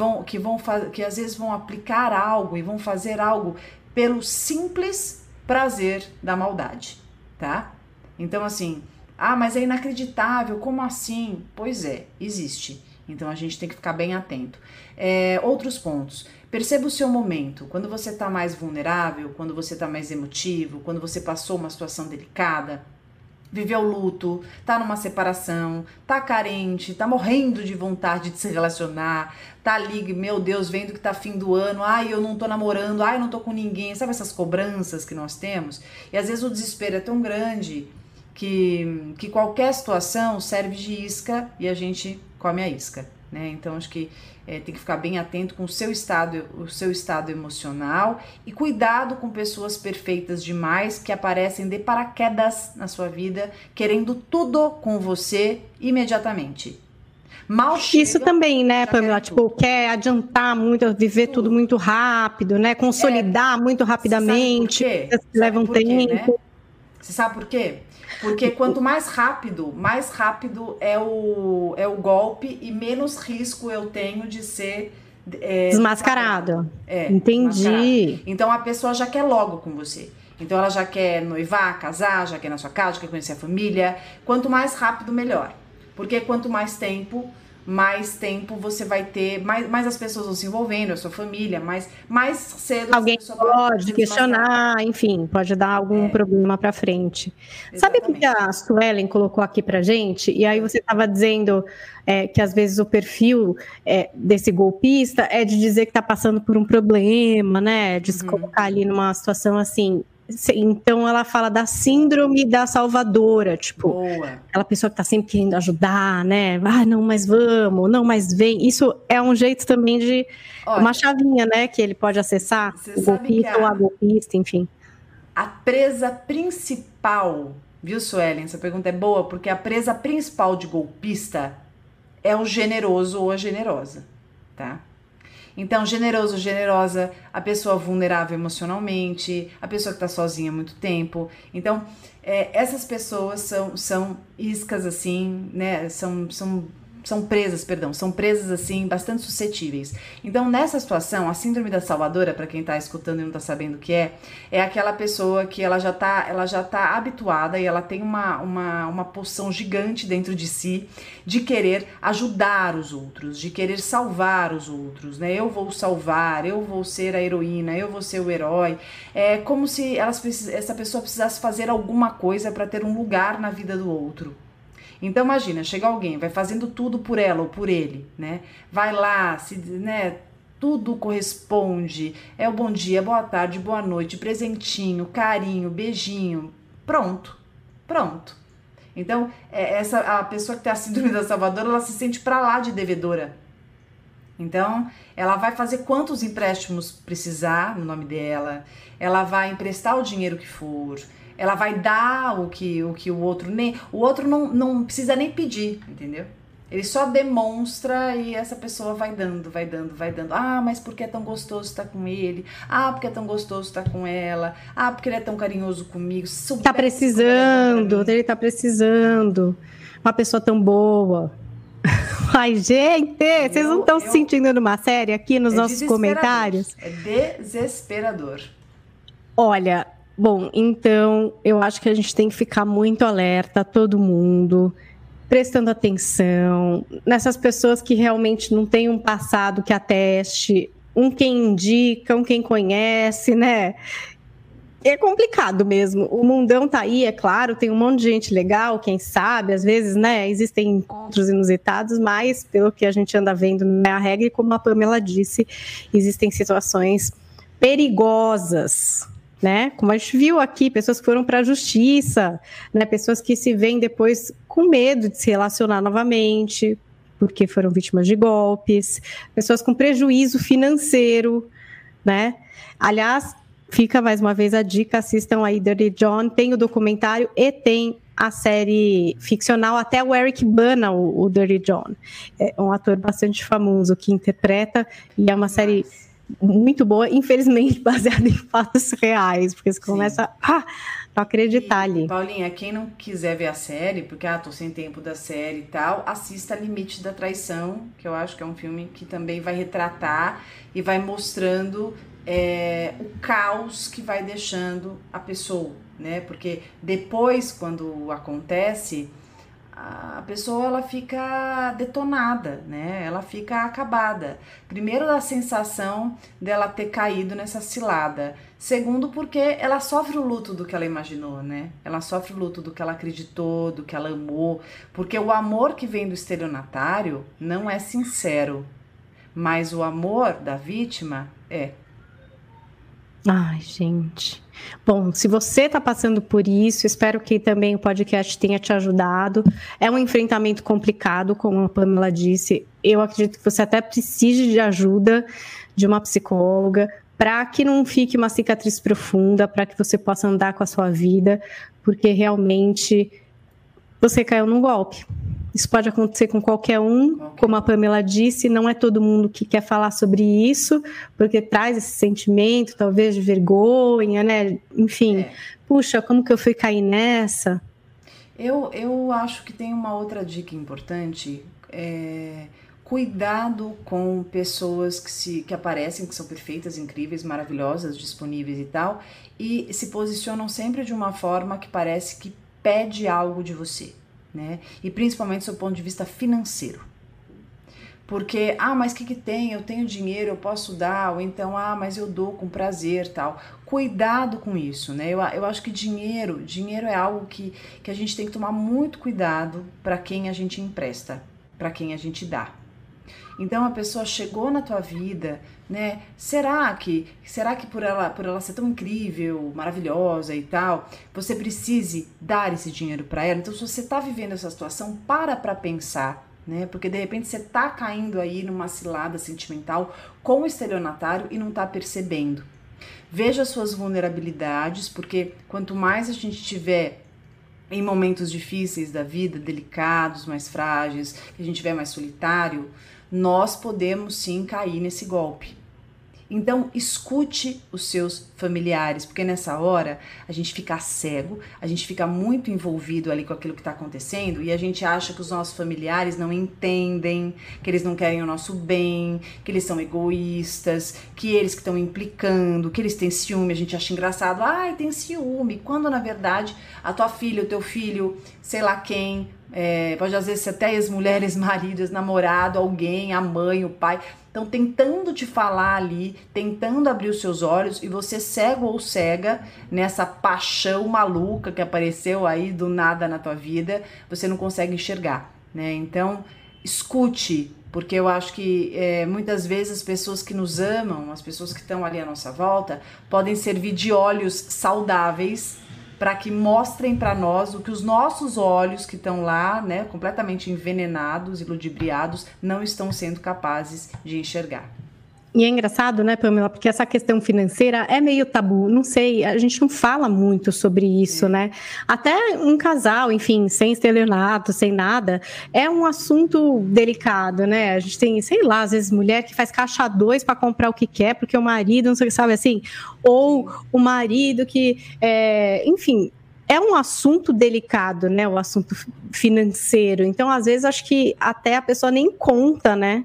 Que às vezes vão aplicar algo e vão fazer algo pelo simples prazer da maldade, tá? Então, assim, mas é inacreditável, como assim? Pois é, existe. Então a gente tem que ficar bem atento. Outros pontos. Perceba o seu momento. Quando você está mais vulnerável, quando você está mais emotivo, quando você passou uma situação delicada, viveu luto, tá numa separação, tá carente, tá morrendo de vontade de se relacionar, tá ali, meu Deus, vendo que tá fim do ano, eu não tô namorando, eu não tô com ninguém, sabe essas cobranças que nós temos? E às vezes o desespero é tão grande que qualquer situação serve de isca e a gente come a isca, né? Então acho que tem que ficar bem atento com o seu estado emocional e cuidado com pessoas perfeitas demais que aparecem de paraquedas na sua vida, querendo tudo com você imediatamente. Mal chega, isso também, né, Pamela? Tipo, quer adiantar muito, viver tudo muito rápido, né? Consolidar muito rapidamente. Leva um tempo. Né? Você sabe por quê? Porque quanto mais rápido é o golpe e menos risco eu tenho de ser desmascarado. Entendi. Desmascarado. Então a pessoa já quer logo com você. Então ela já quer noivar, casar, já quer ir na sua casa, já quer conhecer a família. Quanto mais rápido, melhor. Porque quanto mais tempo você vai ter, mais as pessoas vão se envolvendo, a sua família, mais cedo alguém pode questionar, enfim, pode dar algum problema para frente. Exatamente. Sabe o que a Suelen colocou aqui pra gente? E aí você estava dizendo que às vezes o perfil desse golpista é de dizer que está passando por um problema, né? De se colocar ali numa situação assim. Então ela fala da síndrome da salvadora, tipo, aquela pessoa que tá sempre querendo ajudar, né? Não, mas vamos, não, mas vem. Isso é um jeito também de uma chavinha, né? Que ele pode acessar, o golpista ou a golpista, enfim. A presa principal, viu, Suelen? Essa pergunta é boa, porque a presa principal de golpista é o generoso ou a generosa, tá? Então, generoso, generosa, a pessoa vulnerável emocionalmente, a pessoa que tá sozinha há muito tempo. Então, essas pessoas são iscas assim, né? São presas assim, bastante suscetíveis. Então, nessa situação, a síndrome da salvadora, para quem tá escutando e não tá sabendo o que é aquela pessoa que ela já tá habituada e ela tem uma poção gigante dentro de si de querer ajudar os outros, de querer salvar os outros, né? Eu vou salvar, eu vou ser a heroína, eu vou ser o herói. É como se essa pessoa precisasse fazer alguma coisa para ter um lugar na vida do outro. Então imagina, chega alguém, vai fazendo tudo por ela ou por ele, né? Vai lá, né? Tudo corresponde, o bom dia, boa tarde, boa noite, presentinho, carinho, beijinho, pronto. Então, a pessoa que tem a síndrome da salvadora, ela se sente pra lá de devedora. Então, ela vai fazer quantos empréstimos precisar no nome dela, ela vai emprestar o dinheiro que for, ela vai dar o que o outro nem... O outro não precisa nem pedir, entendeu? Ele só demonstra e essa pessoa vai dando. Ah, mas por que é tão gostoso estar com ele? Ah, porque é tão gostoso estar com ela? Ah, porque ele é tão carinhoso comigo? Tá precisando, ele tá precisando. Uma pessoa tão boa. Ai, gente, vocês não estão se sentindo numa série aqui nos nossos comentários? É desesperador. Olha, bom, então eu acho que a gente tem que ficar muito alerta, todo mundo, prestando atenção nessas pessoas que realmente não têm um passado que ateste, quem indica, quem conhece, né? É complicado mesmo. O mundão tá aí, é claro, tem um monte de gente legal, quem sabe, às vezes, né, existem encontros inusitados, mas pelo que a gente anda vendo, não é a regra, e como a Pamela disse, existem situações perigosas, né? Como a gente viu aqui, pessoas que foram para a justiça, né? Pessoas que se veem depois com medo de se relacionar novamente, porque foram vítimas de golpes, pessoas com prejuízo financeiro, né? Aliás, fica mais uma vez a dica, assistam aí Dirty John, tem o documentário e tem a série ficcional, até o Eric Bana, o Dirty John. É um ator bastante famoso que interpreta, e é uma série muito boa, infelizmente baseada em fatos reais, porque você começa a não acreditar ali. Paulinha, quem não quiser ver a série, porque tô sem tempo da série e tal, assista Limite da Traição, que eu acho que é um filme que também vai retratar e vai mostrando o caos que vai deixando a pessoa, né? Porque depois, quando acontece, a pessoa ela fica detonada, né? Ela fica acabada. Primeiro, da sensação dela ter caído nessa cilada. Segundo, porque ela sofre o luto do que ela imaginou, né? Ela sofre o luto do que ela acreditou, do que ela amou. Porque o amor que vem do estelionatário não é sincero, mas o amor da vítima é. Ai, gente. Bom, se você está passando por isso, espero que também o podcast tenha te ajudado. É um enfrentamento complicado, como a Pamela disse. Eu acredito que você até precise de ajuda de uma psicóloga para que não fique uma cicatriz profunda, para que você possa andar com a sua vida, porque realmente você caiu num golpe. Isso pode acontecer com qualquer um, como a Pamela disse, não é todo mundo que quer falar sobre isso, porque traz esse sentimento, talvez, de vergonha, né? Enfim, puxa, como que eu fui cair nessa? Eu acho que tem uma outra dica importante, cuidado com pessoas que aparecem, que são perfeitas, incríveis, maravilhosas, disponíveis e tal, e se posicionam sempre de uma forma que parece que pede algo de você. Né? E principalmente do seu ponto de vista financeiro. Porque, mas o que tem? Eu tenho dinheiro, eu posso dar, ou então, mas eu dou com prazer, tal. Cuidado com isso, né? Eu acho que dinheiro é algo que a gente tem que tomar muito cuidado para quem a gente empresta, para quem a gente dá. Então a pessoa chegou na tua vida, né? Será que por ela ser tão incrível, maravilhosa e tal, você precise dar esse dinheiro para ela? Então, se você tá vivendo essa situação, para pensar, né? Porque de repente você tá caindo aí numa cilada sentimental com o estelionatário e não tá percebendo. Veja as suas vulnerabilidades, porque quanto mais a gente tiver em momentos difíceis da vida, delicados, mais frágeis, que a gente tiver mais solitário, nós podemos sim cair nesse golpe. Então, escute os seus familiares, porque nessa hora a gente fica cego, a gente fica muito envolvido ali com aquilo que está acontecendo e a gente acha que os nossos familiares não entendem, que eles não querem o nosso bem, que eles são egoístas, que eles que estão implicando, que eles têm ciúme, a gente acha engraçado, tem ciúme, quando na verdade a tua filha, o teu filho, sei lá quem, pode às vezes ser até ex-mulher, ex-marido, ex-namorado, alguém, a mãe, o pai, estão tentando te falar ali, tentando abrir os seus olhos e você cego ou cega nessa paixão maluca que apareceu aí do nada na tua vida, você não consegue enxergar, né? Então, escute, porque eu acho que muitas vezes as pessoas que nos amam, as pessoas que estão ali à nossa volta, podem servir de olhos saudáveis para que mostrem para nós o que os nossos olhos que estão lá, né, completamente envenenados e ludibriados, não estão sendo capazes de enxergar. E é engraçado, né, Pamela, porque essa questão financeira é meio tabu, não sei, a gente não fala muito sobre isso, né? Até um casal, enfim, sem estelionato, sem nada, é um assunto delicado, né? A gente tem, sei lá, às vezes mulher que faz caixa 2 para comprar o que quer, porque o marido, não sei, sabe assim? Ou o marido que, enfim... É um assunto delicado, né? O assunto financeiro. Então, às vezes, acho que até a pessoa nem conta, né?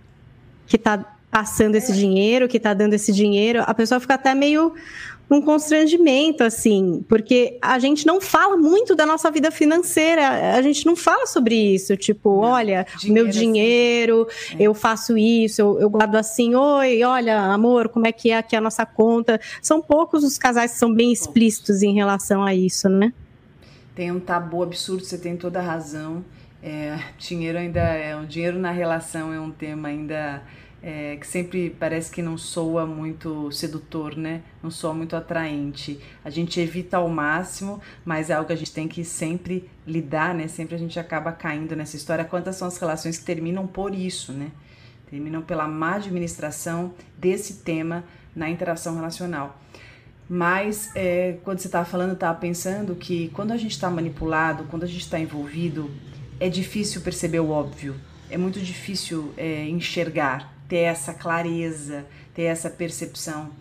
Que tá passando esse dinheiro, que tá dando esse dinheiro. A pessoa fica até meio num constrangimento, assim. Porque a gente não fala muito da nossa vida financeira. A gente não fala sobre isso. Tipo, olha, meu dinheiro, eu faço isso, eu guardo assim. Oi, olha, amor, como é que é aqui a nossa conta? São poucos os casais que são bem explícitos em relação a isso, né? Tem um tabu absurdo, você tem toda a razão. Dinheiro ainda dinheiro na relação é um tema ainda que sempre parece que não soa muito sedutor, né? Não soa muito atraente. A gente evita ao máximo, mas é algo que a gente tem que sempre lidar, né? Sempre a gente acaba caindo nessa história. Quantas são as relações que terminam por isso, né? Terminam pela má administração desse tema na interação relacional. Mas, quando você estava falando, eu estava pensando que quando a gente está manipulado, quando a gente está envolvido, é difícil perceber o óbvio, é muito difícil enxergar, ter essa clareza, ter essa percepção.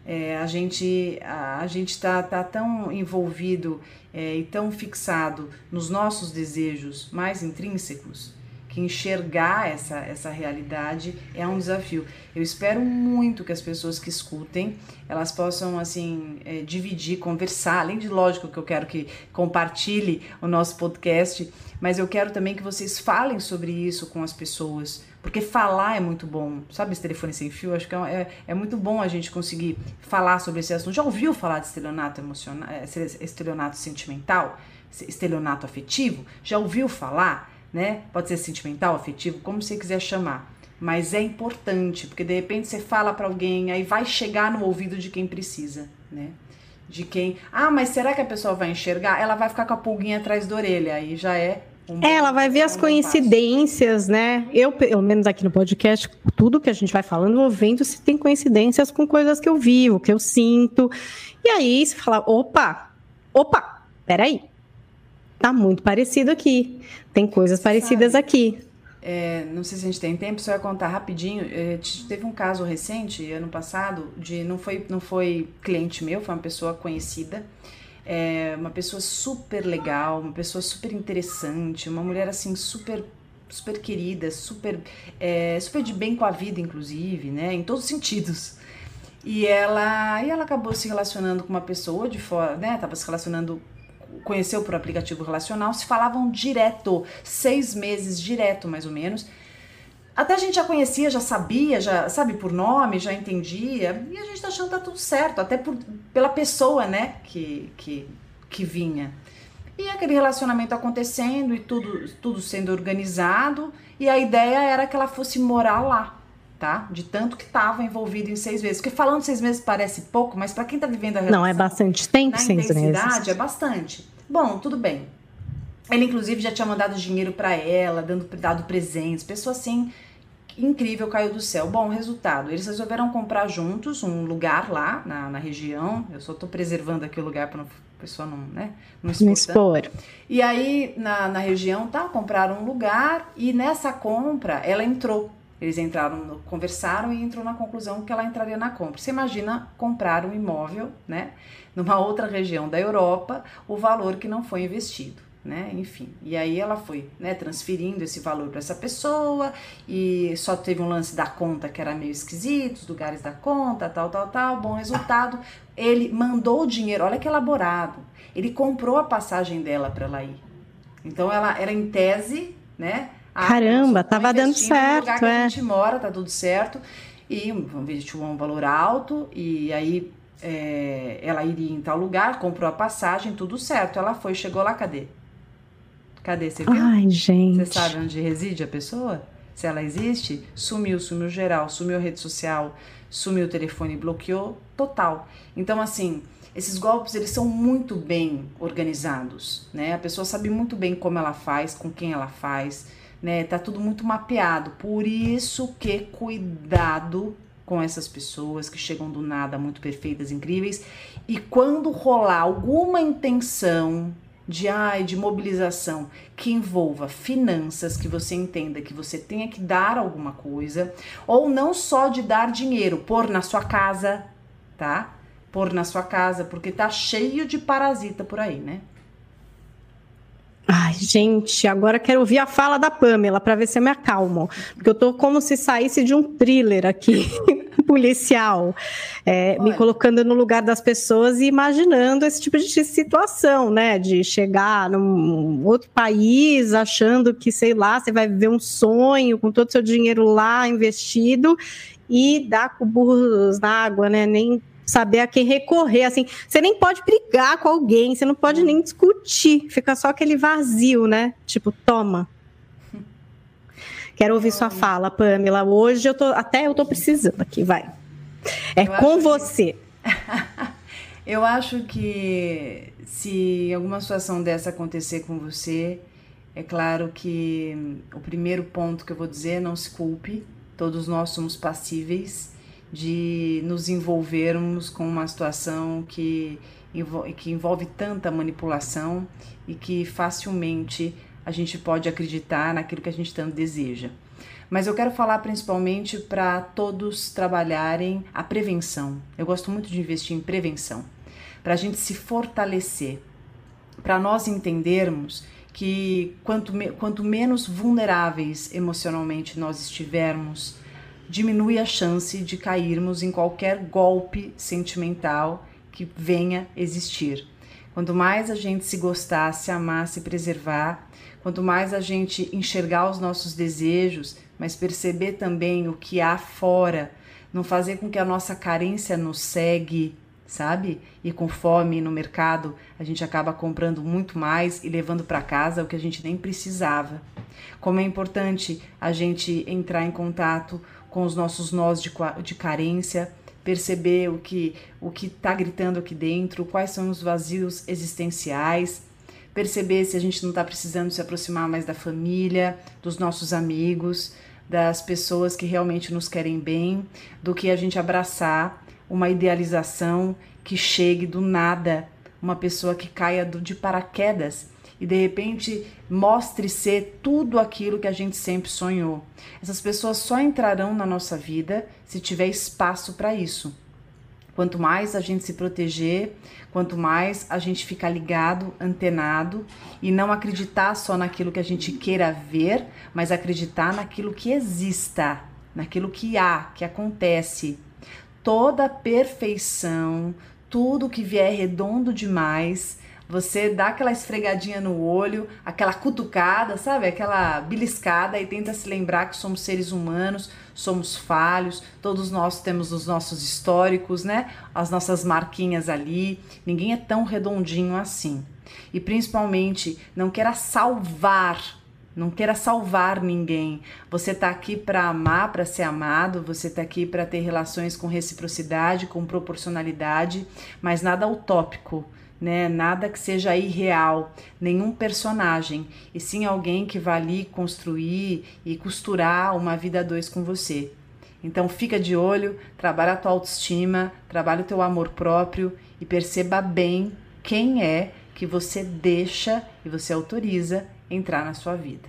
A gente está tão envolvido e tão fixado nos nossos desejos mais intrínsecos que enxergar essa realidade é um desafio. Eu espero muito que as pessoas que escutem, elas possam, assim, dividir, conversar, além de, lógico, que eu quero que compartilhe o nosso podcast, mas eu quero também que vocês falem sobre isso com as pessoas, porque falar é muito bom. Sabe esse telefone sem fio? Acho que é muito bom a gente conseguir falar sobre esse assunto. Já ouviu falar de estelionato emocional, estelionato sentimental, estelionato afetivo? Já ouviu falar? Né? Pode ser sentimental, afetivo, como você quiser chamar, mas é importante, porque de repente você fala para alguém, aí vai chegar no ouvido de quem precisa, né? De quem, mas será que a pessoa vai enxergar? Ela vai ficar com a pulguinha atrás da orelha, aí já ela vai ver as coincidências, né? Eu, pelo menos aqui no podcast, tudo que a gente vai falando, vou vendo se tem coincidências com coisas que eu vivo, que eu sinto, e aí você fala, opa, peraí. Tá muito parecido aqui. Tem coisas parecidas aqui. Não sei se a gente tem tempo, só ia contar rapidinho. Teve um caso recente, ano passado, não foi cliente meu, foi uma pessoa conhecida. Uma pessoa super legal, uma pessoa super interessante, uma mulher assim super querida, super de bem com a vida, inclusive, né? Em todos os sentidos. E ela acabou se relacionando com uma pessoa de fora, né? Tava se relacionando, conheceu por aplicativo relacional, se falavam direto, 6 meses direto, mais ou menos. Até a gente já conhecia, já sabia, já sabe por nome, já entendia, e a gente tá achando que tá tudo certo, até pela pessoa, né, que vinha. E aquele relacionamento acontecendo e tudo sendo organizado, e a ideia era que ela fosse morar lá, tá? De tanto que estava envolvido em 6 meses. Porque falando 6 meses parece pouco, mas para quem tá vivendo a relação... Não, é bastante tempo, 6 meses. É bastante. Bom, tudo bem. Ele, inclusive, já tinha mandado dinheiro para ela, dado presentes. Pessoa, assim, incrível, caiu do céu. Bom, resultado, eles resolveram comprar juntos um lugar lá na região. Eu só tô preservando aqui o lugar para a pessoa não expor. E aí, na região, compraram um lugar e nessa compra, ela entrou. Eles conversaram e entrou na conclusão que ela entraria na compra. Você imagina comprar um imóvel, né, numa outra região da Europa, o valor que não foi investido, né, enfim. E aí ela foi, né, transferindo esse valor para essa pessoa e só teve um lance da conta que era meio esquisito, os lugares da conta, tal. Bom, resultado, ele mandou o dinheiro, olha que elaborado, ele comprou a passagem dela para ela ir. Então ela era em tese, né, caramba, tava dando certo, no lugar que a gente mora, tá tudo certo, e investiu um valor alto, e aí ela iria em tal lugar, comprou a passagem, tudo certo, ela foi, chegou lá, cadê, você viu? Ai, gente. Você sabe onde reside a pessoa? Se ela existe, sumiu geral, sumiu a rede social, sumiu o telefone, bloqueou, total. Então, assim, esses golpes, eles são muito bem organizados, né? A pessoa sabe muito bem como ela faz, com quem ela faz, né? Tá tudo muito mapeado. Por isso que cuidado com essas pessoas que chegam do nada, muito perfeitas, incríveis, e quando rolar alguma intenção de mobilização que envolva finanças, que você entenda que você tenha que dar alguma coisa, ou não só de dar dinheiro, pôr na sua casa, tá? Pôr na sua casa, porque tá cheio de parasita por aí, né? Ai, gente, agora quero ouvir a fala da Pamela para ver se eu me acalmo, porque eu tô como se saísse de um thriller aqui, policial, me colocando no lugar das pessoas e imaginando esse tipo de situação, né, de chegar num outro país achando que, sei lá, você vai viver um sonho com todo o seu dinheiro lá investido e dar com burros na água, né, nem saber a quem recorrer, assim, você nem pode brigar com alguém, você não pode nem discutir, fica só aquele vazio, né, tipo, toma. Quero ouvir sua fala, Pamela, hoje eu tô precisando aqui, vai. Com você. Eu acho que se alguma situação dessa acontecer com você, é claro que o primeiro ponto que eu vou dizer é não se culpe, todos nós somos passíveis de nos envolvermos com uma situação que envolve tanta manipulação e que facilmente a gente pode acreditar naquilo que a gente tanto deseja. Mas eu quero falar principalmente para todos trabalharem a prevenção. Eu gosto muito de investir em prevenção, para a gente se fortalecer, para nós entendermos que quanto menos vulneráveis emocionalmente nós estivermos, diminui a chance de cairmos em qualquer golpe sentimental que venha existir. Quanto mais a gente se gostar, se amar, se preservar, quanto mais a gente enxergar os nossos desejos, mas perceber também o que há fora, não fazer com que a nossa carência nos cegue, sabe? E com fome no mercado, a gente acaba comprando muito mais e levando para casa o que a gente nem precisava. Como é importante a gente entrar em contato com os nossos nós de carência, perceber o que está gritando aqui dentro, quais são os vazios existenciais, perceber se a gente não está precisando se aproximar mais da família, dos nossos amigos, das pessoas que realmente nos querem bem, do que a gente abraçar uma idealização que chegue do nada, uma pessoa que caia de paraquedas e de repente mostre ser tudo aquilo que a gente sempre sonhou. Essas pessoas só entrarão na nossa vida se tiver espaço para isso. Quanto mais a gente se proteger, quanto mais a gente ficar ligado, antenado e não acreditar só naquilo que a gente queira ver, mas acreditar naquilo que exista, naquilo que há, que acontece. Toda perfeição, tudo que vier redondo demais, você dá aquela esfregadinha no olho, aquela cutucada, sabe? Aquela beliscada e tenta se lembrar que somos seres humanos, somos falhos, todos nós temos os nossos históricos, né? As nossas marquinhas ali, ninguém é tão redondinho assim. E principalmente, não queira salvar ninguém. Você tá aqui para amar, para ser amado, você tá aqui para ter relações com reciprocidade, com proporcionalidade, mas nada utópico, né? Nada que seja irreal, nenhum personagem, e sim alguém que vai ali construir e costurar uma vida a dois com você. Então fica de olho, trabalha a tua autoestima, trabalha o teu amor próprio e perceba bem quem é que você deixa e você autoriza entrar na sua vida.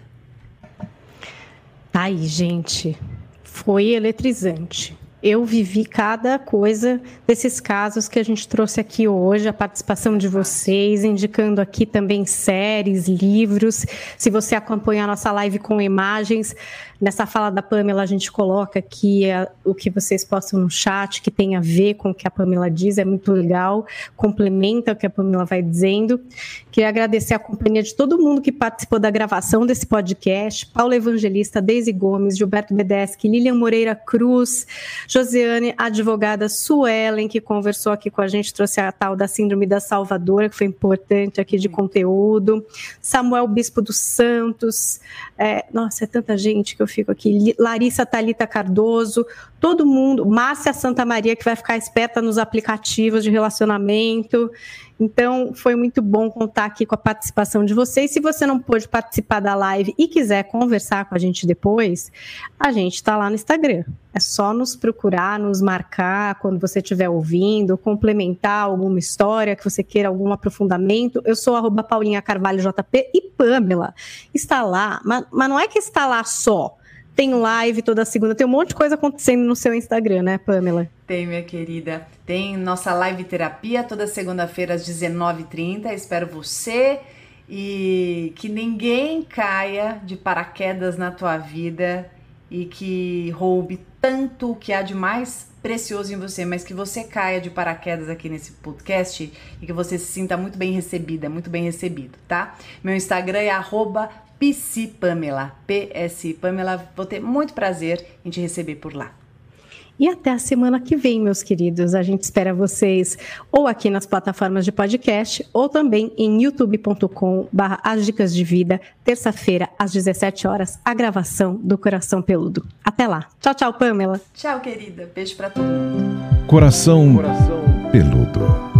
Aí, gente, foi eletrizante. Eu vivi cada coisa desses casos que a gente trouxe aqui hoje, a participação de vocês, indicando aqui também séries, livros. Se você acompanhar a nossa live com imagens, nessa fala da Pamela a gente coloca aqui o que vocês postam no chat, que tem a ver com o que a Pamela diz, é muito legal, complementa o que a Pamela vai dizendo. Queria agradecer a companhia de todo mundo que participou da gravação desse podcast, Paulo Evangelista, Deise Gomes, Gilberto Bedeschi, Lilian Moreira Cruz, Josiane, a advogada Suelen, que conversou aqui com a gente, trouxe a tal da Síndrome da Salvadora, que foi importante aqui de conteúdo, Samuel Bispo dos Santos, nossa, é tanta gente que eu fico aqui, Larissa Thalita Cardoso, todo mundo, Márcia Santa Maria, que vai ficar esperta nos aplicativos de relacionamento. Então, foi muito bom contar aqui com a participação de vocês. Se você não pôde participar da live e quiser conversar com a gente depois, a gente está lá no Instagram. É só nos procurar, nos marcar quando você estiver ouvindo, complementar alguma história que você queira, algum aprofundamento. Eu sou @paulinhacarvalhojp e Pamela está lá, mas não é que está lá só. Tem live toda segunda, tem um monte de coisa acontecendo no seu Instagram, né, Pamela? Tem, minha querida. Tem nossa live terapia toda segunda-feira às 19h30. Espero você e que ninguém caia de paraquedas na tua vida e que roube tanto o que há de mais precioso em você, mas que você caia de paraquedas aqui nesse podcast e que você se sinta muito bem recebida, muito bem recebido, tá? Meu Instagram é @psipamela, Pamela. Vou ter muito prazer em te receber por lá. E até a semana que vem, meus queridos. A gente espera vocês ou aqui nas plataformas de podcast ou também em youtube.com/As Dicas de Vida, terça-feira, às 17 horas, a gravação do Coração Peludo. Até lá. Tchau, tchau, Pamela. Tchau, querida. Beijo pra todo mundo. Coração Peludo.